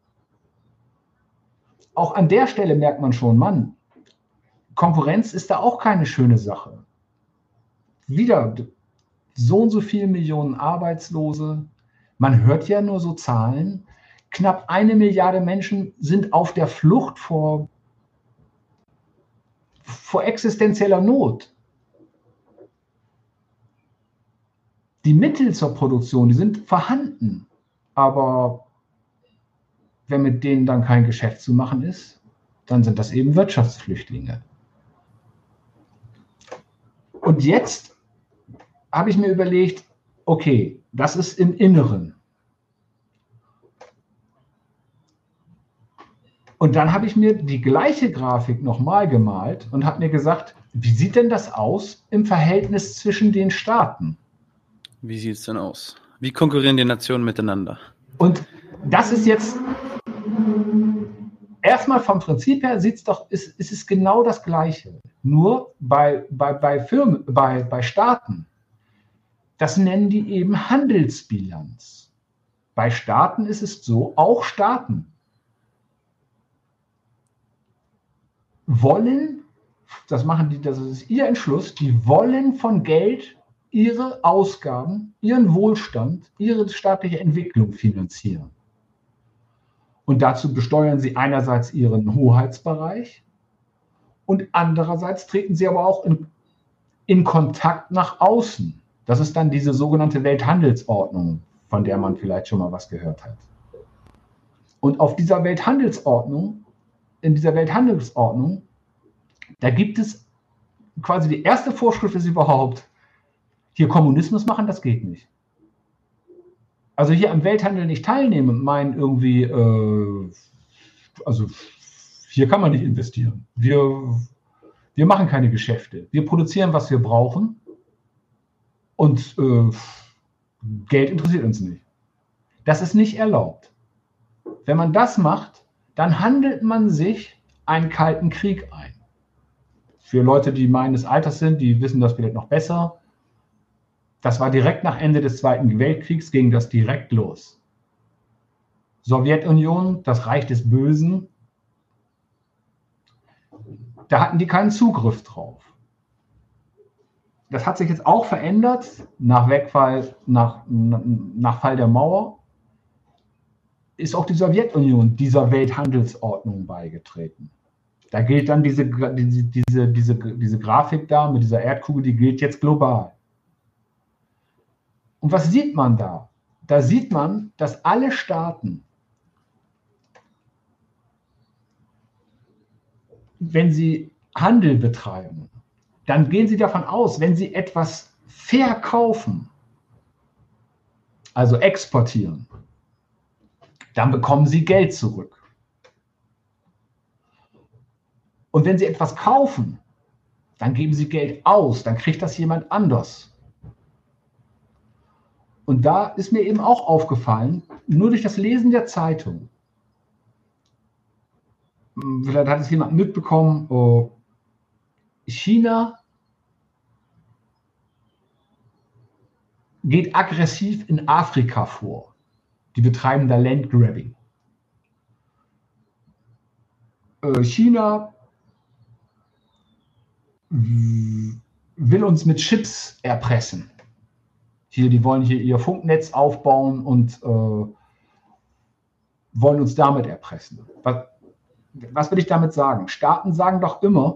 Auch an der Stelle merkt man schon, Mann, Konkurrenz ist da auch keine schöne Sache. Wieder so und so viele Millionen Arbeitslose. Man hört ja nur so Zahlen. Knapp eine Milliarde Menschen sind auf der Flucht vor vor existenzieller Not. Die Mittel zur Produktion, die sind vorhanden, aber wenn mit denen dann kein Geschäft zu machen ist, dann sind das eben Wirtschaftsflüchtlinge. Und jetzt habe ich mir überlegt, okay, das ist im Inneren. Und dann habe ich mir die gleiche Grafik nochmal gemalt und habe mir gesagt, wie sieht denn das aus im Verhältnis zwischen den Staaten? Wie sieht es denn aus? Wie konkurrieren die Nationen miteinander? Und das ist jetzt, erstmal vom Prinzip her sieht's doch, ist, ist es genau das Gleiche. Nur bei, bei, bei Firmen, bei, bei Staaten, das nennen die eben Handelsbilanz. Bei Staaten ist es so, auch Staaten wollen, das machen die, das ist ihr Entschluss, die wollen von Geld ihre Ausgaben, ihren Wohlstand, ihre staatliche Entwicklung finanzieren. Und dazu besteuern sie einerseits ihren Hoheitsbereich und andererseits treten sie aber auch in, in Kontakt nach außen. Das ist dann diese sogenannte Welthandelsordnung, von der man vielleicht schon mal was gehört hat. Und auf dieser Welthandelsordnung in dieser Welthandelsordnung, da gibt es quasi die erste Vorschrift ist überhaupt, hier Kommunismus machen, das geht nicht. Also hier am Welthandel nicht teilnehmen, meinen irgendwie, äh, also hier kann man nicht investieren. Wir, wir machen keine Geschäfte. Wir produzieren, was wir brauchen und äh, Geld interessiert uns nicht. Das ist nicht erlaubt. Wenn man das macht, dann handelt man sich einen kalten Krieg ein. Für Leute, die meines Alters sind, die wissen das vielleicht noch besser. Das war direkt nach Ende des Zweiten Weltkriegs, ging das direkt los. Sowjetunion, das Reich des Bösen, da hatten die keinen Zugriff drauf. Das hat sich jetzt auch verändert nach Wegfall, nach, nach Fall der Mauer. Ist auch die Sowjetunion dieser Welthandelsordnung beigetreten. Da gilt dann diese, diese, diese, diese, diese Grafik da mit dieser Erdkugel, die gilt jetzt global. Und was sieht man da? Da sieht man, dass alle Staaten, wenn sie Handel betreiben, dann gehen sie davon aus, wenn sie etwas verkaufen, also exportieren, dann bekommen sie Geld zurück. Und wenn sie etwas kaufen, dann geben sie Geld aus, dann kriegt das jemand anders. Und da ist mir eben auch aufgefallen, nur durch das Lesen der Zeitung, vielleicht hat es jemand mitbekommen, oh, China geht aggressiv in Afrika vor. Die betreiben da Landgrabbing. Äh, China will uns mit Chips erpressen. Hier, die wollen hier ihr Funknetz aufbauen und äh, wollen uns damit erpressen. Was, was will ich damit sagen? Staaten sagen doch immer,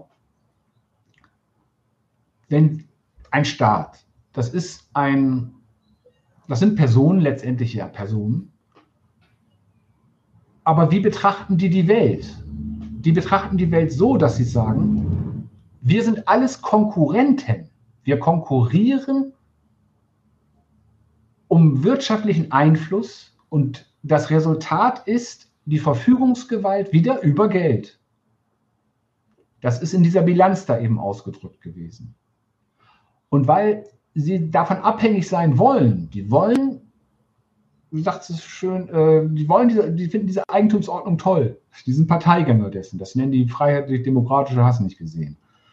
wenn ein Staat, das ist ein, das sind Personen, letztendlich ja Personen, aber wie betrachten die die Welt? Die betrachten die Welt so, dass sie sagen, wir sind alles Konkurrenten. Wir konkurrieren um wirtschaftlichen Einfluss und das Resultat ist die Verfügungsgewalt wieder über Geld. Das ist in dieser Bilanz da eben ausgedrückt gewesen. Und weil sie davon abhängig sein wollen, die wollen, du sagst es schön, äh, die wollen diese, die finden diese Eigentumsordnung toll. Die sind Parteigänger dessen. Das nennen die freiheitlich-demokratische, hast du nicht gesehen.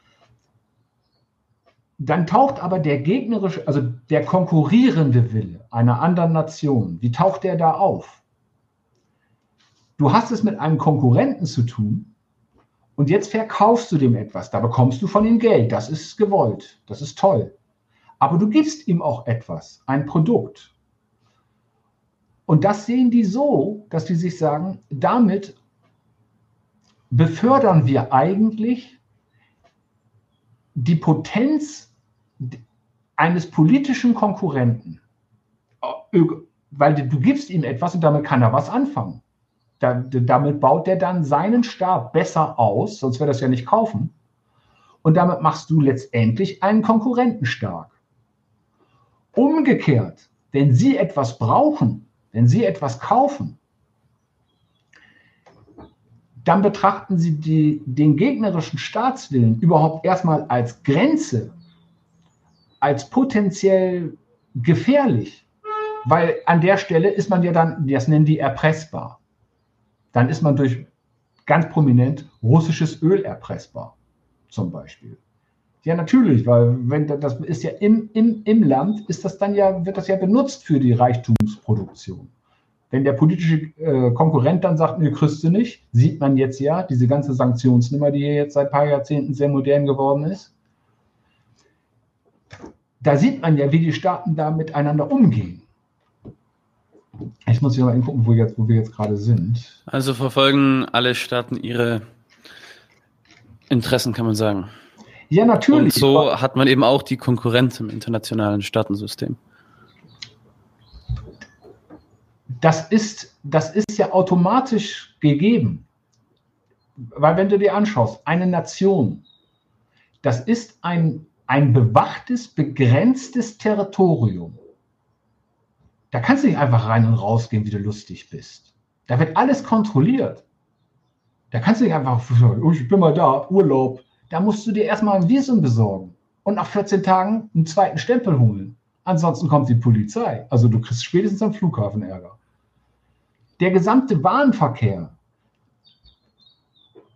Dann taucht aber der gegnerische, also der konkurrierende Wille einer anderen Nation, wie taucht der da auf? Du hast es mit einem Konkurrenten zu tun und jetzt verkaufst du dem etwas, da bekommst du von ihm Geld, das ist gewollt, das ist toll. Aber du gibst ihm auch etwas, ein Produkt. Und das sehen die so, dass die sich sagen, damit befördern wir eigentlich die Potenz eines politischen Konkurrenten, weil du gibst ihm etwas und damit kann er was anfangen. Da, damit baut er dann seinen Staat besser aus, sonst wird er das ja nicht kaufen. Und damit machst du letztendlich einen Konkurrenten stark. Umgekehrt, wenn sie etwas brauchen, wenn sie etwas kaufen, dann betrachten sie die, den gegnerischen Staatswillen überhaupt erstmal als Grenze, als potenziell gefährlich, weil an der Stelle ist man ja dann, das nennen die erpressbar. Dann ist man durch ganz prominent russisches Öl erpressbar, zum Beispiel. Ja, natürlich, weil wenn das ist ja im, im, im Land, ist das dann ja, wird das ja benutzt für die Reichtumsproduktion. Wenn der politische äh, Konkurrent dann sagt, nee, kriegst du nicht, sieht man jetzt ja, diese ganze Sanktionsnummer, die hier jetzt seit ein paar Jahrzehnten sehr modern geworden ist, da sieht man ja, wie die Staaten da miteinander umgehen. Ich muss hier mal gucken, wo, jetzt, wo wir jetzt gerade sind. Also verfolgen alle Staaten ihre Interessen, kann man sagen. Ja, natürlich. Und so hat man eben auch die Konkurrenz im internationalen Staatensystem. Das ist, das ist ja automatisch gegeben. Weil wenn du dir anschaust, eine Nation, das ist ein, ein bewachtes, begrenztes Territorium. Da kannst du nicht einfach rein und rausgehen, wie du lustig bist. Da wird alles kontrolliert. Da kannst du nicht einfach sagen, oh, ich bin mal da, Urlaub. Da musst du dir erstmal ein Visum besorgen und nach vierzehn Tagen einen zweiten Stempel holen. Ansonsten kommt die Polizei. Also du kriegst spätestens am Flughafen Ärger. Der gesamte Warenverkehr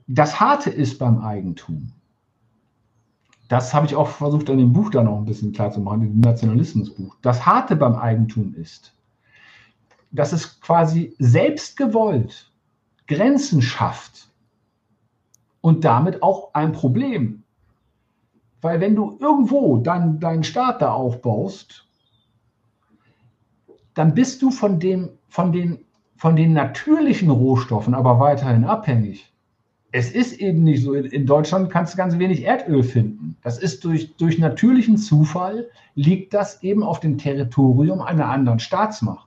Das Harte ist beim Eigentum, das habe ich auch versucht, in dem Buch dann auch ein bisschen klar zu machen, im Nationalismusbuch. Das Harte beim Eigentum ist, dass es quasi selbst gewollt Grenzen schafft und damit auch ein Problem. Weil wenn du irgendwo dann deinen Staat da aufbaust, dann bist du von, dem, von, den, von den natürlichen Rohstoffen aber weiterhin abhängig. Es ist eben nicht so, in Deutschland kannst du ganz wenig Erdöl finden. Das ist durch, durch natürlichen Zufall, liegt das eben auf dem Territorium einer anderen Staatsmacht.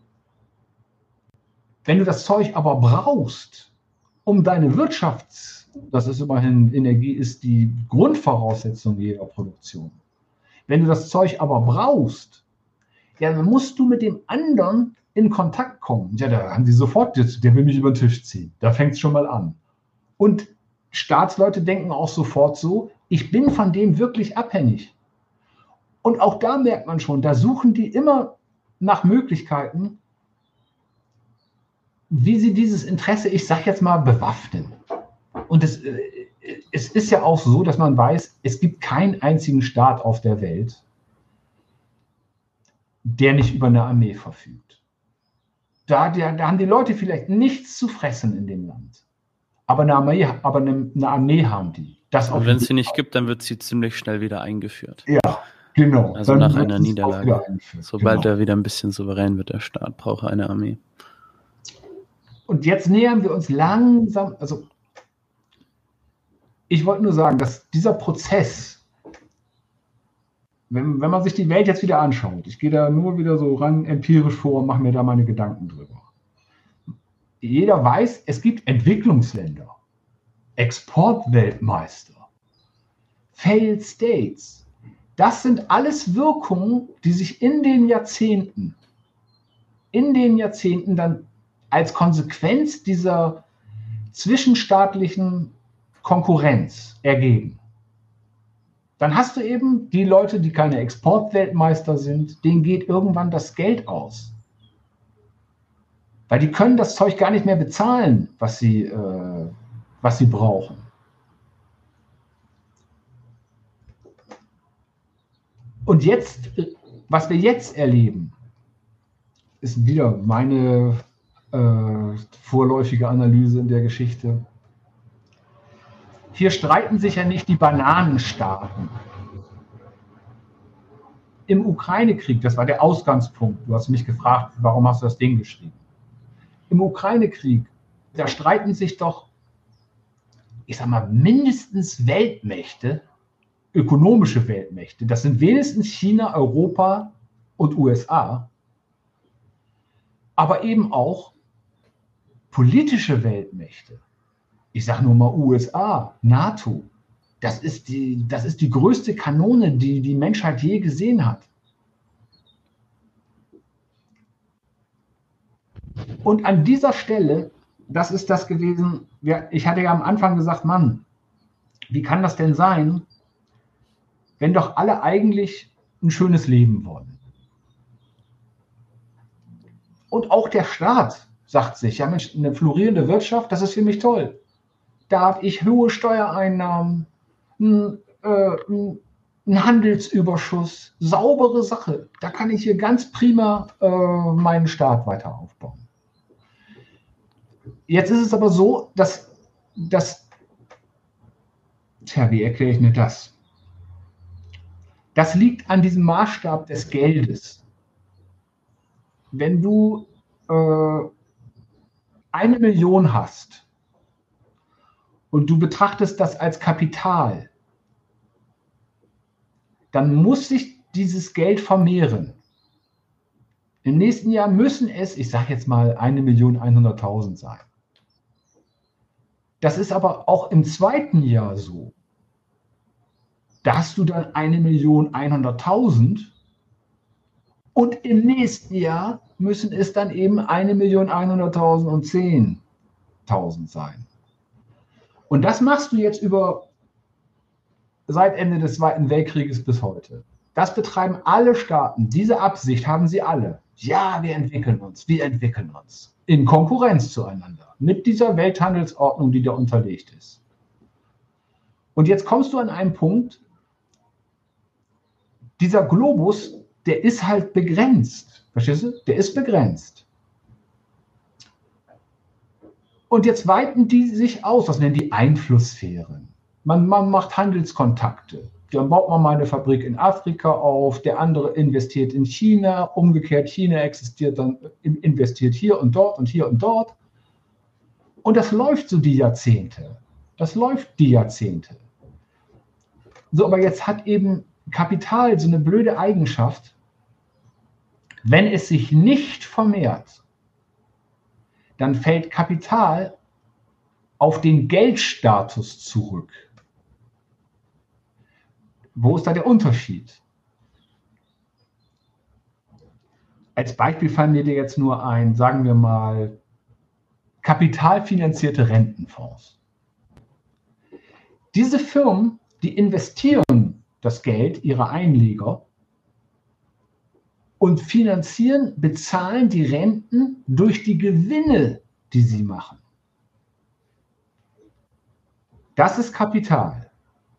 Wenn du das Zeug aber brauchst, um deine Wirtschafts-, das ist immerhin, Energie ist die Grundvoraussetzung jeder Produktion. Wenn du das Zeug aber brauchst, ja, dann musst du mit dem anderen in Kontakt kommen. Ja, da haben sie sofort, der will mich über den Tisch ziehen. Da fängt es schon mal an. Und Staatsleute denken auch sofort so, ich bin von dem wirklich abhängig. Und auch da merkt man schon, da suchen die immer nach Möglichkeiten, wie sie dieses Interesse, ich sage jetzt mal, bewaffnen. Und es, es ist ja auch so, dass man weiß, es gibt keinen einzigen Staat auf der Welt, der nicht über eine Armee verfügt. Da, da, da haben die Leute vielleicht nichts zu fressen in dem Land. Aber eine Armee, aber eine, eine Armee haben die. Das Und wenn es sie nicht gibt, dann wird sie ziemlich schnell wieder eingeführt. Ja, genau. Also dann nach einer Niederlage. Sobald genau. er wieder ein bisschen souverän wird, der Staat, braucht er eine Armee. Und jetzt nähern wir uns langsam, also ich wollte nur sagen, dass dieser Prozess, wenn, wenn man sich die Welt jetzt wieder anschaut, ich gehe da nur wieder so ran empirisch vor und mache mir da meine Gedanken drüber. Jeder weiß, es gibt Entwicklungsländer, Exportweltmeister, Failed States. Das sind alles Wirkungen, die sich in den Jahrzehnten, in den Jahrzehnten dann als Konsequenz dieser zwischenstaatlichen Konkurrenz ergeben. Dann hast du eben die Leute, die keine Exportweltmeister sind, denen geht irgendwann das Geld aus. Weil die können das Zeug gar nicht mehr bezahlen, was sie, äh, was sie brauchen. Und jetzt, was wir jetzt erleben, ist wieder meine äh, vorläufige Analyse in der Geschichte. Hier streiten sich ja nicht die Bananenstaaten. Im Ukraine-Krieg, das war der Ausgangspunkt, du hast mich gefragt, warum hast du das Ding geschrieben? Im Ukraine-Krieg, da streiten sich doch, ich sag mal, mindestens Weltmächte, ökonomische Weltmächte. Das sind wenigstens China, Europa und U S A, aber eben auch politische Weltmächte. Ich sage nur mal U S A, NATO. Das ist die, das ist die größte Kanone, die die Menschheit je gesehen hat. Und an dieser Stelle, das ist das gewesen, ich hatte ja am Anfang gesagt, Mann, wie kann das denn sein, wenn doch alle eigentlich ein schönes Leben wollen? Und auch der Staat sagt sich, ja Mensch, eine florierende Wirtschaft, das ist für mich toll. Da habe ich hohe Steuereinnahmen, einen, äh, einen Handelsüberschuss, saubere Sache. Da kann ich hier ganz prima äh, meinen Staat weiter aufbauen. Jetzt ist es aber so, dass, dass tja, wie erkläre ich mir das? Das liegt an diesem Maßstab des Geldes. Wenn du äh, eine Million hast und du betrachtest das als Kapital, dann muss sich dieses Geld vermehren. Im nächsten Jahr müssen es, ich sage jetzt mal, eine Million hunderttausend sein. Das ist aber auch im zweiten Jahr so. Da hast du dann eine Million hunderttausend und im nächsten Jahr müssen es dann eben eine Million hunderttausend und zehntausend sein. Und das machst du jetzt über seit Ende des Zweiten Weltkrieges bis heute. Das betreiben alle Staaten. Diese Absicht haben sie alle. Ja, wir entwickeln uns, wir entwickeln uns. In Konkurrenz zueinander. mit dieser Welthandelsordnung, die da unterlegt ist. Und jetzt kommst du an einen Punkt, dieser Globus, der ist halt begrenzt. Verstehst du? Der ist begrenzt. Und jetzt weiten die sich aus, das nennen die Einflusssphären. Man, man macht Handelskontakte. Dann baut man mal eine Fabrik in Afrika auf, der andere investiert in China, umgekehrt China existiert dann, investiert hier und dort und hier und dort. Und das läuft so die Jahrzehnte. Das läuft die Jahrzehnte. So, aber jetzt hat eben Kapital so eine blöde Eigenschaft, wenn es sich nicht vermehrt, dann fällt Kapital auf den Geldstatus zurück. Wo ist da der Unterschied? Als Beispiel fallen wir dir jetzt nur ein, sagen wir mal, kapitalfinanzierte Rentenfonds. Diese Firmen, die investieren das Geld ihrer Einleger und finanzieren, bezahlen die Renten durch die Gewinne, die sie machen. Das ist Kapital.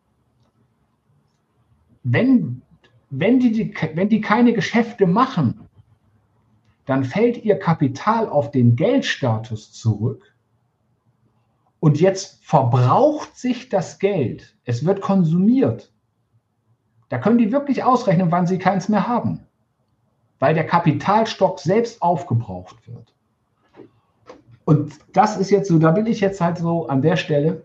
Wenn, wenn, die, die, wenn die keine Geschäfte machen, dann fällt ihr Kapital auf den Geldstatus zurück und jetzt verbraucht sich das Geld. Es wird konsumiert. Da können die wirklich ausrechnen, wann sie keins mehr haben, weil der Kapitalstock selbst aufgebraucht wird. Und das ist jetzt so, da bin ich jetzt halt so an der Stelle.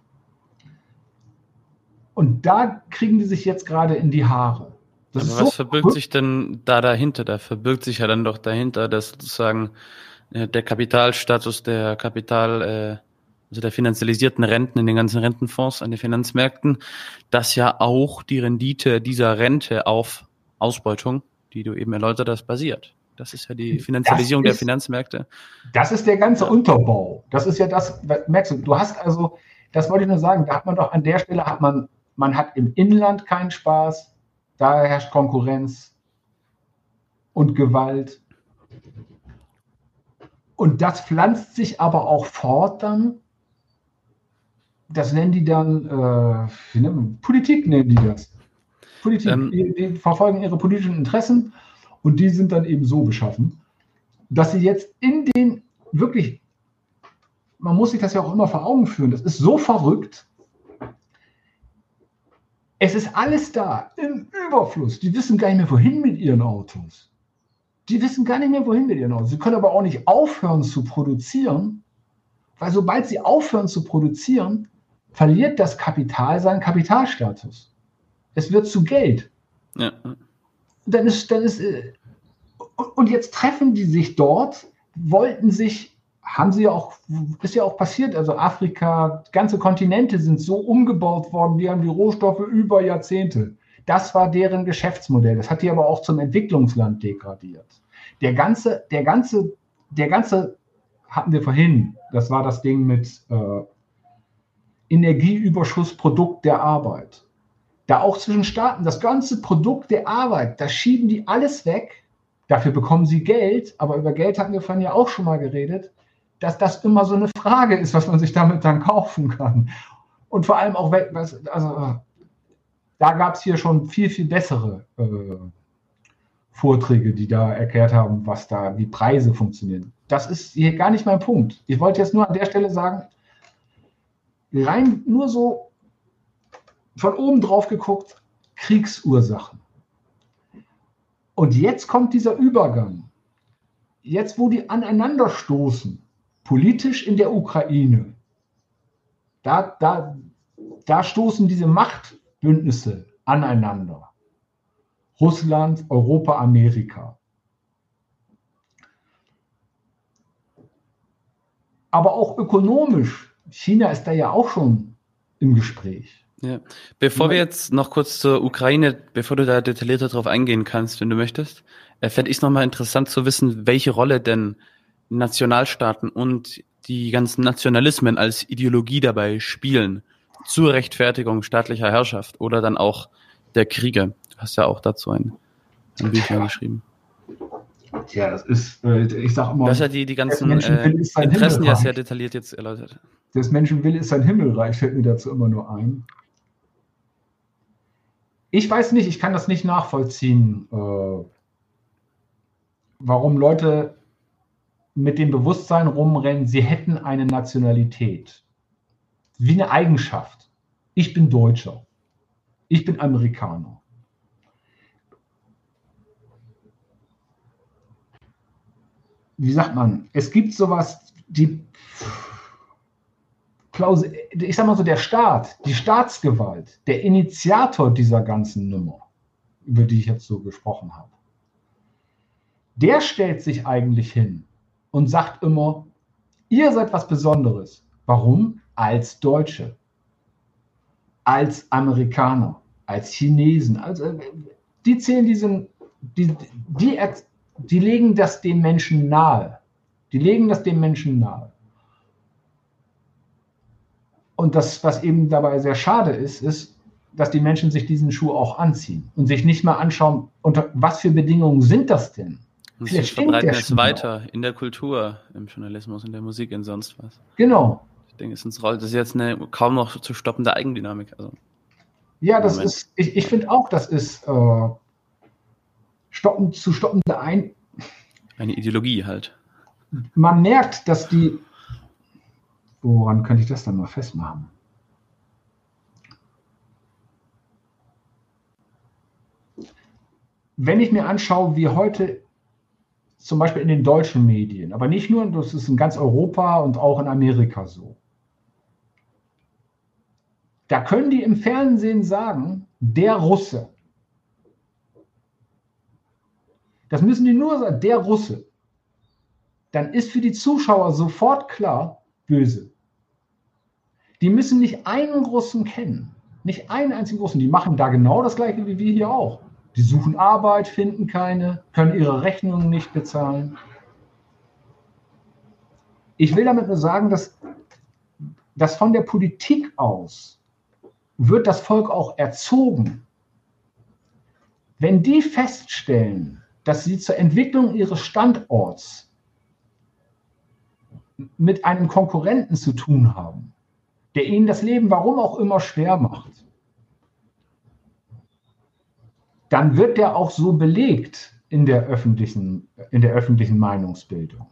Und da kriegen die sich jetzt gerade in die Haare. Das Aber ist was so verbirgt sich denn da dahinter? Da verbirgt sich ja dann doch dahinter, dass sozusagen äh, der Kapitalstatus der Kapital, äh, also der finanzialisierten Renten in den ganzen Rentenfonds an den Finanzmärkten, dass ja auch die Rendite dieser Rente auf Ausbeutung, die du eben erläutert hast, basiert. Das ist ja die Finanzialisierung ist, der Finanzmärkte. Das ist der ganze ja. Unterbau. Das ist ja das, merkst du, du hast also, das wollte ich nur sagen, da hat man doch an der Stelle, hat man, man hat im Inland keinen Spaß, da herrscht Konkurrenz und Gewalt. Und das pflanzt sich aber auch fort dann, das nennen die dann, äh, wie nennt man, Politik nennen die das. Politik, ähm, die, die verfolgen ihre politischen Interessen und die sind dann eben so beschaffen, dass sie jetzt in den, wirklich, man muss sich das ja auch immer vor Augen führen, das ist so verrückt. Es ist alles da, im Überfluss. Die wissen gar nicht mehr, wohin mit ihren Autos. Die wissen gar nicht mehr, wohin mit ihren Autos. Sie können aber auch nicht aufhören zu produzieren, weil sobald sie aufhören zu produzieren, verliert das Kapital seinen Kapitalstatus. Es wird zu Geld. Ja. Dann ist, dann ist, und jetzt treffen die sich dort, wollten sich, haben sie ja auch, ist ja auch passiert, also Afrika, ganze Kontinente sind so umgebaut worden, die haben die Rohstoffe über Jahrzehnte. Das war deren Geschäftsmodell. Das hat die aber auch zum Entwicklungsland degradiert. Der ganze, der ganze, der ganze, hatten wir vorhin, das war das Ding mit äh, Energieüberschussprodukt der Arbeit. Da auch zwischen Staaten, das ganze Produkt der Arbeit, da schieben die alles weg. Dafür bekommen sie Geld, aber über Geld hatten wir vorhin ja auch schon mal geredet, dass das immer so eine Frage ist, was man sich damit dann kaufen kann. Und vor allem auch, also da gab es hier schon viel, viel bessere äh, Vorträge, die da erklärt haben, was da, wie Preise funktionieren. Das ist hier gar nicht mein Punkt. Ich wollte jetzt nur an der Stelle sagen, rein nur so von oben drauf geguckt, Kriegsursachen. Und jetzt kommt dieser Übergang. Jetzt, wo die aneinander stoßen, politisch in der Ukraine, da, da, da stoßen diese Machtbündnisse aneinander. Russland, Europa, Amerika. Aber auch ökonomisch. China ist da ja auch schon im Gespräch. Ja. Bevor wir jetzt noch kurz zur Ukraine, bevor du da detaillierter drauf eingehen kannst, wenn du möchtest, äh, fände ich es nochmal interessant zu wissen, welche Rolle denn Nationalstaaten und die ganzen Nationalismen als Ideologie dabei spielen zur Rechtfertigung staatlicher Herrschaft oder dann auch der Kriege. Du hast ja auch dazu ein, ein Büchlein geschrieben. Tja, das ist, äh, ich sag immer, Du hast ja die, die ganzen Menschenwille äh, ist sein Interessen ja Himmelreich. sehr detailliert jetzt erläutert. Des Menschenwille ist sein Himmelreich, fällt mir dazu immer nur ein. Ich weiß nicht, ich kann das nicht nachvollziehen, äh, warum Leute mit dem Bewusstsein rumrennen, sie hätten eine Nationalität. Wie eine Eigenschaft. Ich bin Deutscher. Ich bin Amerikaner. Wie sagt man? Es gibt sowas, die Klausel, ich sag mal so, der Staat, die Staatsgewalt, der Initiator dieser ganzen Nummer, über die ich jetzt so gesprochen habe, der stellt sich eigentlich hin und sagt immer, ihr seid was Besonderes. Warum? Als Deutsche, als Amerikaner, als Chinesen. Also, die zählen diesen, die, die, die legen das dem Menschen nahe. Die legen das dem Menschen nahe. Und das, was eben dabei sehr schade ist, ist, dass die Menschen sich diesen Schuh auch anziehen und sich nicht mal anschauen, unter was für Bedingungen sind das denn? Und sie verbreiten es weiter in der Kultur, im Journalismus, in der Musik, in sonst was. Genau. Ich denke, es ist ins Roll. Das ist jetzt eine kaum noch zu stoppende Eigendynamik. Also, ja, das Moment. ist, ich, ich finde auch, das ist äh, stoppen, zu stoppende Ein... Eine Ideologie halt. Man merkt, dass die... Woran könnte ich das dann mal festmachen? Wenn ich mir anschaue, wie heute zum Beispiel in den deutschen Medien, aber nicht nur, das ist in ganz Europa und auch in Amerika so. Da können die im Fernsehen sagen, der Russe. Das müssen die nur sagen, der Russe. Dann ist für die Zuschauer sofort klar, böse. Die müssen nicht einen Russen kennen, nicht einen einzigen Russen. Die machen da genau das Gleiche wie wir hier auch. Die suchen Arbeit, finden keine, können ihre Rechnungen nicht bezahlen. Ich will damit nur sagen, dass, dass von der Politik aus wird das Volk auch erzogen. Wenn die feststellen, dass sie zur Entwicklung ihres Standorts mit einem Konkurrenten zu tun haben, der ihnen das Leben warum auch immer schwer macht, dann wird der auch so belegt in der öffentlichen, in der öffentlichen Meinungsbildung.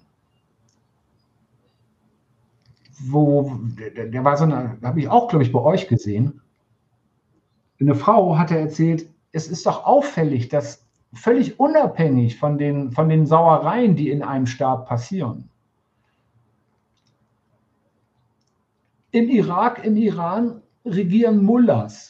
Wo, der, der war so eine, habe ich auch, glaube ich, bei euch gesehen. Eine Frau hatte erzählt, es ist doch auffällig, dass völlig unabhängig von den, von den Sauereien, die in einem Staat passieren, im Irak, im Iran regieren Mullahs.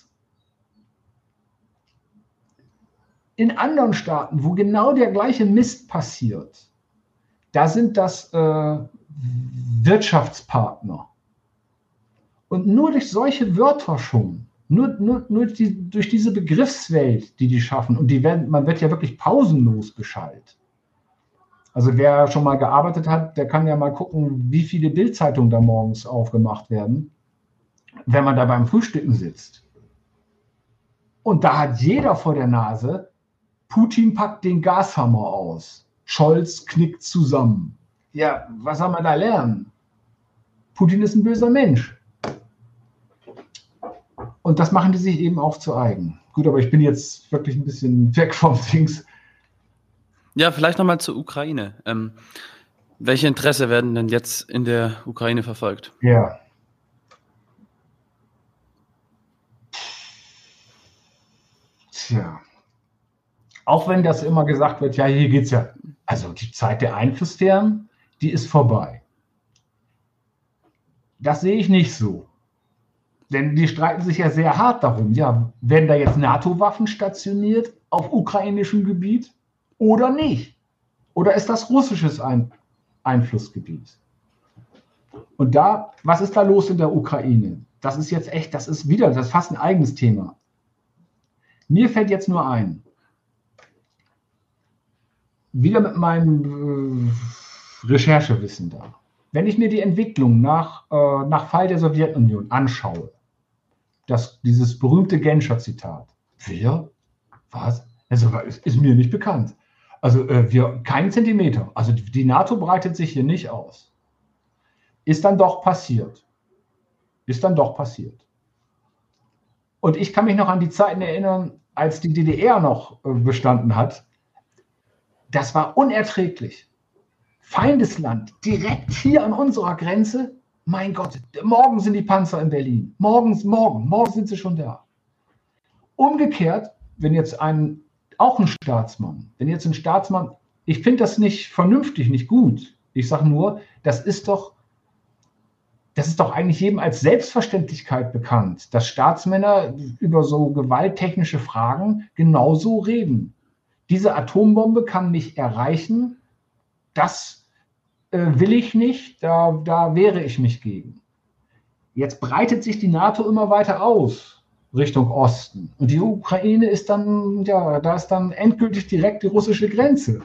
In anderen Staaten, wo genau der gleiche Mist passiert, da sind das äh, Wirtschaftspartner. Und nur durch solche Wörter schon, nur, nur, nur die, durch diese Begriffswelt, die die schaffen, und die werden, man wird ja wirklich pausenlos beschallt. Also wer schon mal gearbeitet hat, der kann ja mal gucken, wie viele Bildzeitungen da morgens aufgemacht werden, wenn man da beim Frühstücken sitzt. Und da hat jeder vor der Nase, Putin packt den Gashammer aus, Scholz knickt zusammen. Ja, was soll man da lernen? Putin ist ein böser Mensch. Und das machen die sich eben auch zu eigen. Gut, aber ich bin jetzt wirklich ein bisschen weg vom Dings. Ja, vielleicht nochmal zur Ukraine. Ähm, welche Interessen werden denn jetzt in der Ukraine verfolgt? Ja. Tja. Auch wenn das immer gesagt wird, ja, hier geht's ja. Also die Zeit der Einflusssphären, die ist vorbei. Das sehe ich nicht so. Denn die streiten sich ja sehr hart darum. Ja, werden da jetzt NATO-Waffen stationiert auf ukrainischem Gebiet oder nicht? Oder ist das russisches Ein- Einflussgebiet? Und da, was ist da los in der Ukraine? Das ist jetzt echt, das ist wieder, das ist fast ein eigenes Thema. Mir fällt jetzt nur ein, wieder mit meinem äh, Recherchewissen da. Wenn ich mir die Entwicklung nach, äh, nach Fall der Sowjetunion anschaue, das, dieses berühmte Genscher-Zitat, wer? Was? Also, ist, ist mir nicht bekannt. Also äh, wir keinen Zentimeter. Also die NATO breitet sich hier nicht aus. Ist dann doch passiert. Ist dann doch passiert. Und ich kann mich noch an die Zeiten erinnern, als die D D R noch äh, bestanden hat. Das war unerträglich. Feindesland, direkt hier an unserer Grenze. Mein Gott, morgen sind die Panzer in Berlin. Morgens, morgen, morgen sind sie schon da. Umgekehrt, wenn jetzt ein, auch ein Staatsmann, wenn jetzt ein Staatsmann, ich finde das nicht vernünftig, nicht gut. Ich sage nur, das ist doch, das ist doch eigentlich jedem als Selbstverständlichkeit bekannt, dass Staatsmänner über so gewalttechnische Fragen genauso reden. Diese Atombombe kann mich erreichen, das äh, will ich nicht, da, da wehre ich mich gegen. Jetzt breitet sich die NATO immer weiter aus Richtung Osten. Und die Ukraine ist dann, ja, da ist dann endgültig direkt die russische Grenze.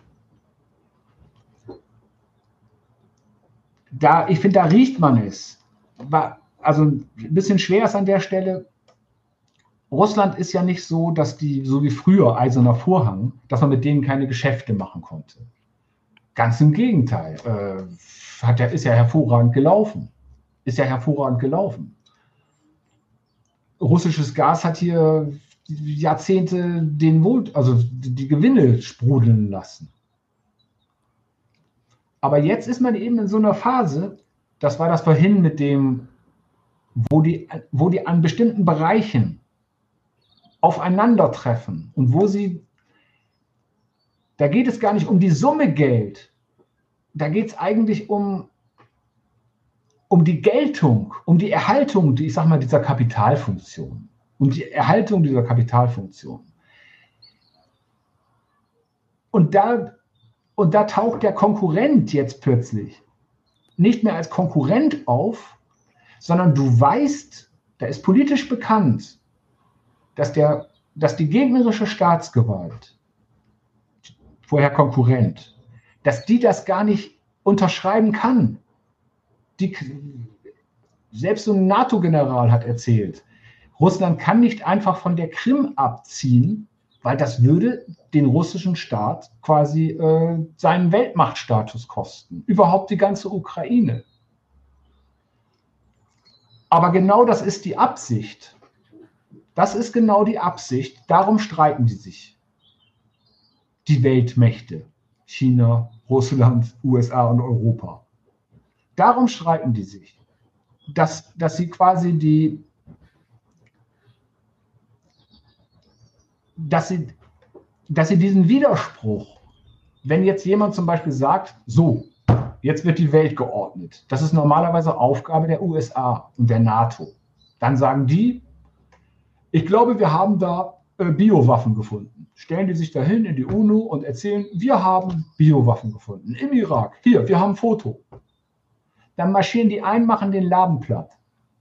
Da, ich finde, da riecht man es. Also ein bisschen schwer ist an der Stelle. Russland ist ja nicht so, dass die, so wie früher, Eiserner Vorhang, dass man mit denen keine Geschäfte machen konnte. Ganz im Gegenteil. Äh, hat ja, ist ja hervorragend gelaufen. Ist ja hervorragend gelaufen. Russisches Gas hat hier Jahrzehnte den Wohl, also die Gewinne sprudeln lassen. Aber jetzt ist man eben in so einer Phase, das war das vorhin mit dem, wo die, wo die an bestimmten Bereichen aufeinandertreffen und wo sie, da geht es gar nicht um die Summe Geld, da geht es eigentlich um, um die Geltung, um die Erhaltung, die, ich sag mal, dieser Kapitalfunktion, um die Erhaltung dieser Kapitalfunktion. Und da, und da taucht der Konkurrent jetzt plötzlich nicht mehr als Konkurrent auf, sondern du weißt, da ist politisch bekannt, dass, der, dass die gegnerische Staatsgewalt, vorher Konkurrent, dass die das gar nicht unterschreiben kann. Die, selbst so ein NATO-General hat erzählt, Russland kann nicht einfach von der Krim abziehen, weil das würde den russischen Staat quasi äh, seinen Weltmachtstatus kosten. Überhaupt die ganze Ukraine. Aber genau das ist die Absicht. Das ist genau die Absicht. Darum streiten die sich. Die Weltmächte. China, Russland, U S A und Europa. Darum streiten die sich. Dass, dass sie quasi die Dass sie, dass sie diesen Widerspruch, wenn jetzt jemand zum Beispiel sagt, so, jetzt wird die Welt geordnet, das ist normalerweise Aufgabe der U S A und der NATO, dann sagen die, ich glaube, wir haben da äh, Biowaffen gefunden. Stellen die sich dahin in die UNO und erzählen, wir haben Biowaffen gefunden im Irak. Hier, wir haben ein Foto. Dann marschieren die ein, machen den Laden platt.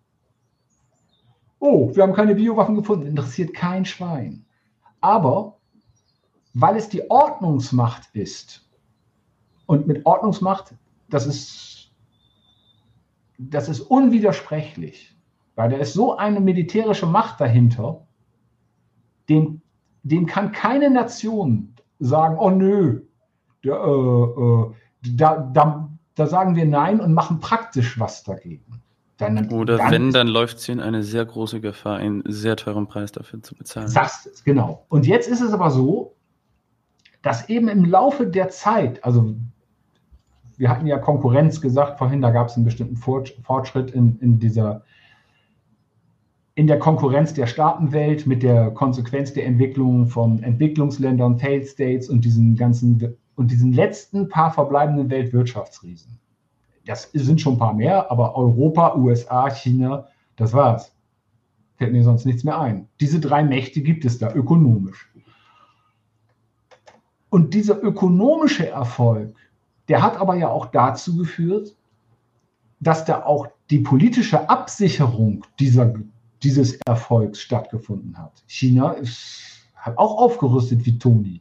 Oh, wir haben keine Biowaffen gefunden, interessiert kein Schwein. Aber weil es die Ordnungsmacht ist, und mit Ordnungsmacht, das ist, das ist unwidersprechlich, weil da ist so eine militärische Macht dahinter, dem, dem kann keine Nation sagen, oh nö, da, äh, äh, da, da, da sagen wir nein und machen praktisch was dagegen. Dann, Oder dann wenn, dann läuft sie in eine sehr große Gefahr, einen sehr teuren Preis dafür zu bezahlen. Sagst es, genau. Und jetzt ist es aber so, dass eben im Laufe der Zeit, also wir hatten ja Konkurrenz gesagt vorhin, da gab es einen bestimmten Fortschritt in, in dieser, in der Konkurrenz der Staatenwelt mit der Konsequenz der Entwicklung von Entwicklungsländern, Failed States und diesen ganzen, und diesen letzten paar verbleibenden Weltwirtschaftsriesen. Das sind schon ein paar mehr, aber Europa, U S A, China, das war's. Fällt mir sonst nichts mehr ein. Diese drei Mächte gibt es da ökonomisch. Und dieser ökonomische Erfolg, der hat aber ja auch dazu geführt, dass da auch die politische Absicherung dieser, dieses Erfolgs stattgefunden hat. China ist, hat auch aufgerüstet wie Toni.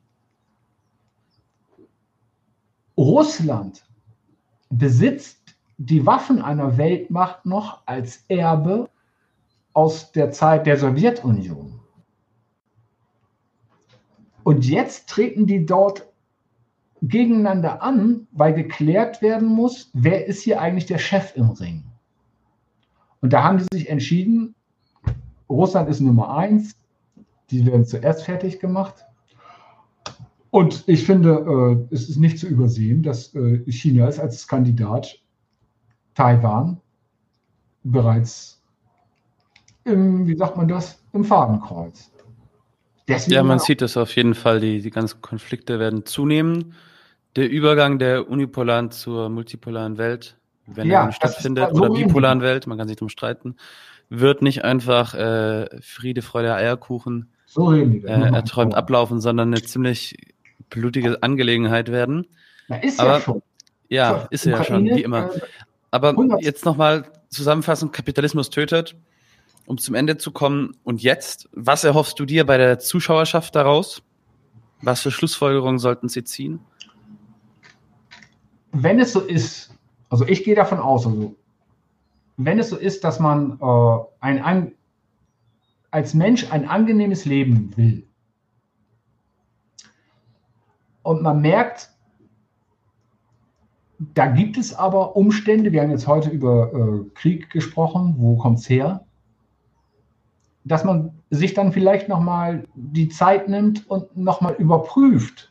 Russland besitzt die Waffen einer Weltmacht noch als Erbe aus der Zeit der Sowjetunion. Und jetzt treten die dort gegeneinander an, weil geklärt werden muss, wer ist hier eigentlich der Chef im Ring. Und da haben die sich entschieden, Russland ist Nummer eins, die werden zuerst fertig gemacht. Und ich finde, äh, es ist nicht zu übersehen, dass äh, China ist als Kandidat Taiwan bereits im, wie sagt man das, im Fadenkreuz. Deswegen ja, man sieht das auf jeden Fall, die, die ganzen Konflikte werden zunehmen. Der Übergang der unipolaren zur multipolaren Welt, wenn ja, er stattfindet, so oder bipolaren Welt, man kann sich darum streiten, wird nicht einfach äh, Friede, Freude, Eierkuchen so äh, erträumt ablaufen, sondern eine ziemlich blutige Angelegenheit werden. Na, ist Aber, ja schon. Ja, ist ja schon, wie immer. Aber jetzt nochmal zusammenfassend, Kapitalismus tötet, um zum Ende zu kommen. Und jetzt, was erhoffst du dir bei der Zuschauerschaft daraus? Was für Schlussfolgerungen sollten sie ziehen? Wenn es so ist, also ich gehe davon aus, also wenn es so ist, dass man äh, ein, ein, als Mensch ein angenehmes Leben will und man merkt, da gibt es aber Umstände, wir haben jetzt heute über äh, Krieg gesprochen, wo kommt es her, dass man sich dann vielleicht nochmal die Zeit nimmt und nochmal überprüft,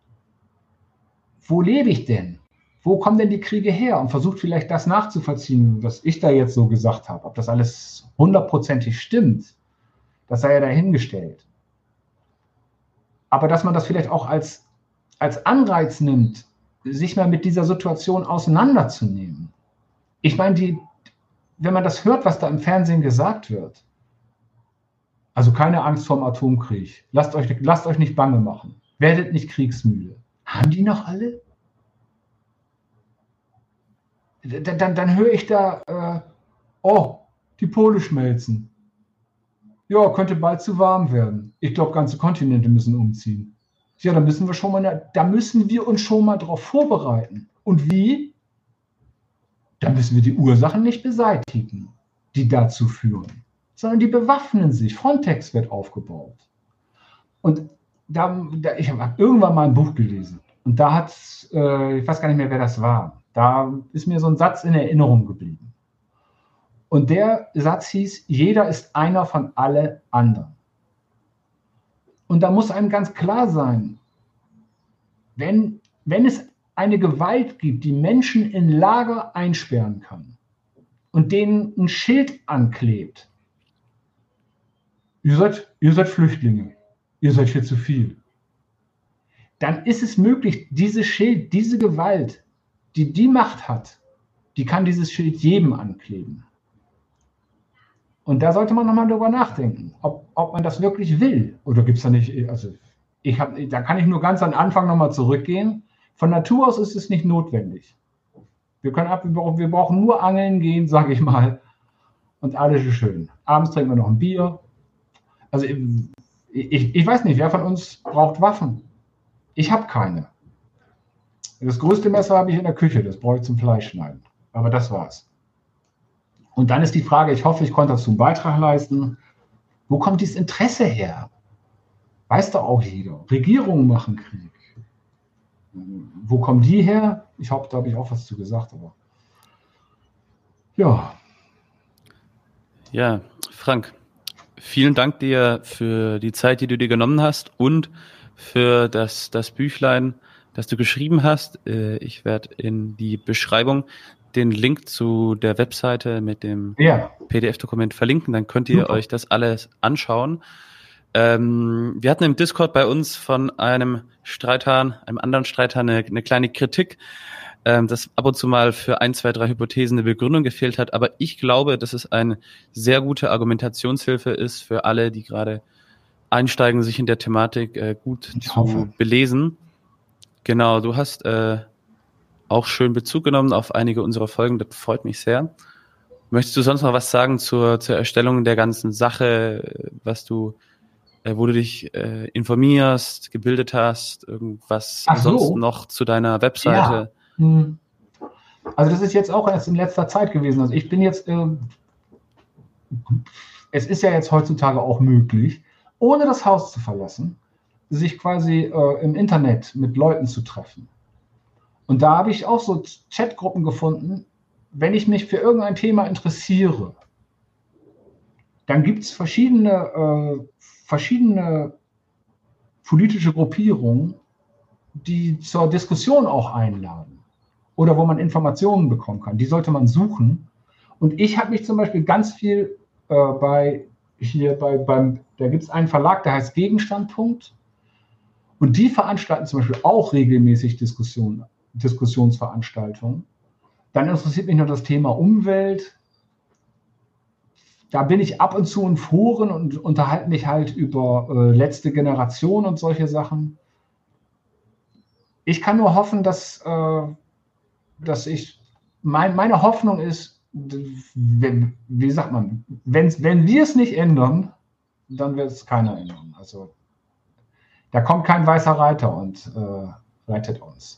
wo lebe ich denn? Wo kommen denn die Kriege her? Und versucht vielleicht das nachzuvollziehen, was ich da jetzt so gesagt habe. Ob das alles hundertprozentig stimmt, das sei ja dahingestellt. Aber dass man das vielleicht auch als, als Anreiz nimmt, sich mal mit dieser Situation auseinanderzunehmen. Ich meine, die, wenn man das hört, was da im Fernsehen gesagt wird, also keine Angst vorm Atomkrieg, lasst euch, lasst euch nicht bange machen, werdet nicht kriegsmüde. Haben die noch alle? Dann, dann, dann höre ich da, äh, oh, die Pole schmelzen. Ja, könnte bald zu warm werden. Ich glaube, ganze Kontinente müssen umziehen. Ja, da müssen wir schon mal, da müssen wir uns schon mal darauf vorbereiten. Und wie? Da müssen wir die Ursachen nicht beseitigen, die dazu führen, sondern die bewaffnen sich. Frontex wird aufgebaut. Und da, da ich habe irgendwann mal ein Buch gelesen und da hat, äh, ich weiß gar nicht mehr, wer das war. Da ist mir so ein Satz in Erinnerung geblieben. Und der Satz hieß, jeder ist einer von alle anderen. Und da muss einem ganz klar sein, wenn, wenn es eine Gewalt gibt, die Menschen in Lager einsperren kann und denen ein Schild anklebt, ihr seid, ihr seid Flüchtlinge, ihr seid hier zu viel, dann ist es möglich, dieses Schild, diese Gewalt, die die Macht hat, die kann dieses Schild jedem ankleben. Und da sollte man nochmal drüber nachdenken, ob, ob man das wirklich will. Oder gibt es da nicht, also ich hab, da kann ich nur ganz am Anfang nochmal zurückgehen. Von Natur aus ist es nicht notwendig. Wir können ab, wir brauchen, wir brauchen nur angeln gehen, sage ich mal. Und alles ist schön. Abends trinken wir noch ein Bier. Also ich, ich, ich weiß nicht, wer von uns braucht Waffen? Ich habe keine. Das größte Messer habe ich in der Küche, das brauche ich zum Fleischschneiden. Aber das war's. Und dann ist die Frage, ich hoffe, ich konnte dazu einen Beitrag leisten, wo kommt dieses Interesse her? Weiß doch auch jeder. Regierungen machen Krieg. Wo kommen die her? Ich hoffe, da habe ich auch was zu gesagt, aber ja. Ja, Frank, vielen Dank dir für die Zeit, die du dir genommen hast und für das, das Büchlein, das du geschrieben hast. Ich werde in die Beschreibung den Link zu der Webseite mit dem ja. P D F-Dokument verlinken, dann könnt ihr Super. euch das alles anschauen. Ähm, wir hatten im Discord bei uns von einem Streithahn, einem anderen Streithahn, eine, eine kleine Kritik, ähm, dass ab und zu mal für ein, zwei, drei Hypothesen eine Begründung gefehlt hat, aber ich glaube, dass es eine sehr gute Argumentationshilfe ist für alle, die gerade einsteigen, sich in der Thematik äh, gut ich zu hoffe. belesen. Genau, du hast äh, auch schön Bezug genommen auf einige unserer Folgen, das freut mich sehr. Möchtest du sonst noch was sagen zur, zur Erstellung der ganzen Sache, was du, äh, wo du dich äh, informierst, gebildet hast, irgendwas Ach so. sonst noch zu deiner Webseite? Ja. Also das ist jetzt auch erst in letzter Zeit gewesen. Also ich bin jetzt, äh, es ist ja jetzt heutzutage auch möglich, ohne das Haus zu verlassen, sich quasi äh, im Internet mit Leuten zu treffen. Und da habe ich auch so Chatgruppen gefunden, wenn ich mich für irgendein Thema interessiere, dann gibt es verschiedene, äh, verschiedene politische Gruppierungen, die zur Diskussion auch einladen oder wo man Informationen bekommen kann. Die sollte man suchen. Und ich habe mich zum Beispiel ganz viel äh, bei, hier bei, beim, da gibt es einen Verlag, der heißt Gegenstandpunkt. Und die veranstalten zum Beispiel auch regelmäßig Diskussionen, Diskussionsveranstaltungen. Dann interessiert mich noch das Thema Umwelt. Da bin ich ab und zu in Foren und unterhalte mich halt über äh, letzte Generation und solche Sachen. Ich kann nur hoffen, dass, äh, dass ich, mein, meine Hoffnung ist, wenn, wie sagt man, wenn, wenn wir es nicht ändern, dann wird es keiner ändern. Also da kommt kein weißer Reiter und äh, rettet uns.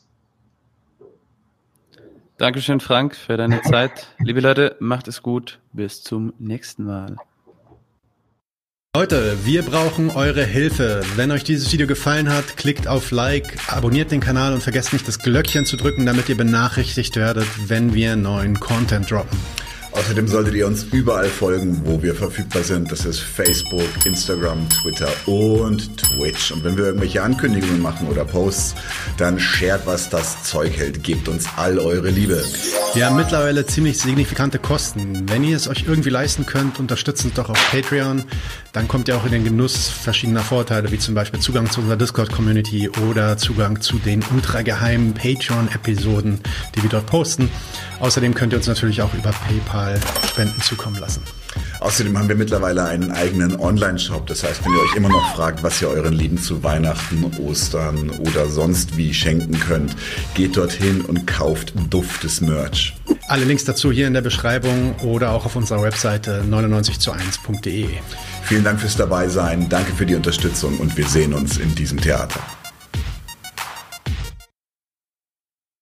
Dankeschön, Frank, für deine Zeit. Liebe Leute, macht es gut. Bis zum nächsten Mal. Leute, wir brauchen eure Hilfe. Wenn euch dieses Video gefallen hat, klickt auf Like, abonniert den Kanal und vergesst nicht, das Glöckchen zu drücken, damit ihr benachrichtigt werdet, wenn wir neuen Content droppen. Außerdem solltet ihr uns überall folgen, wo wir verfügbar sind. Das ist Facebook, Instagram, Twitter und Twitch. Und wenn wir irgendwelche Ankündigungen machen oder Posts, dann shared, was das Zeug hält. Gebt uns all eure Liebe. Wir haben mittlerweile ziemlich signifikante Kosten. Wenn ihr es euch irgendwie leisten könnt, unterstützt uns doch auf Patreon. Dann kommt ihr auch in den Genuss verschiedener Vorteile, wie zum Beispiel Zugang zu unserer Discord-Community oder Zugang zu den ultrageheimen Patreon-Episoden, die wir dort posten. Außerdem könnt ihr uns natürlich auch über PayPal Spenden zukommen lassen. Außerdem haben wir mittlerweile einen eigenen Online-Shop. Das heißt, wenn ihr euch immer noch fragt, was ihr euren Lieben zu Weihnachten, Ostern oder sonst wie schenken könnt, geht dorthin und kauft duftes Merch. Alle Links dazu hier in der Beschreibung oder auch auf unserer Webseite neunundneunzig zu eins punkt de. Vielen Dank fürs Dabeisein, danke für die Unterstützung und wir sehen uns in diesem Theater.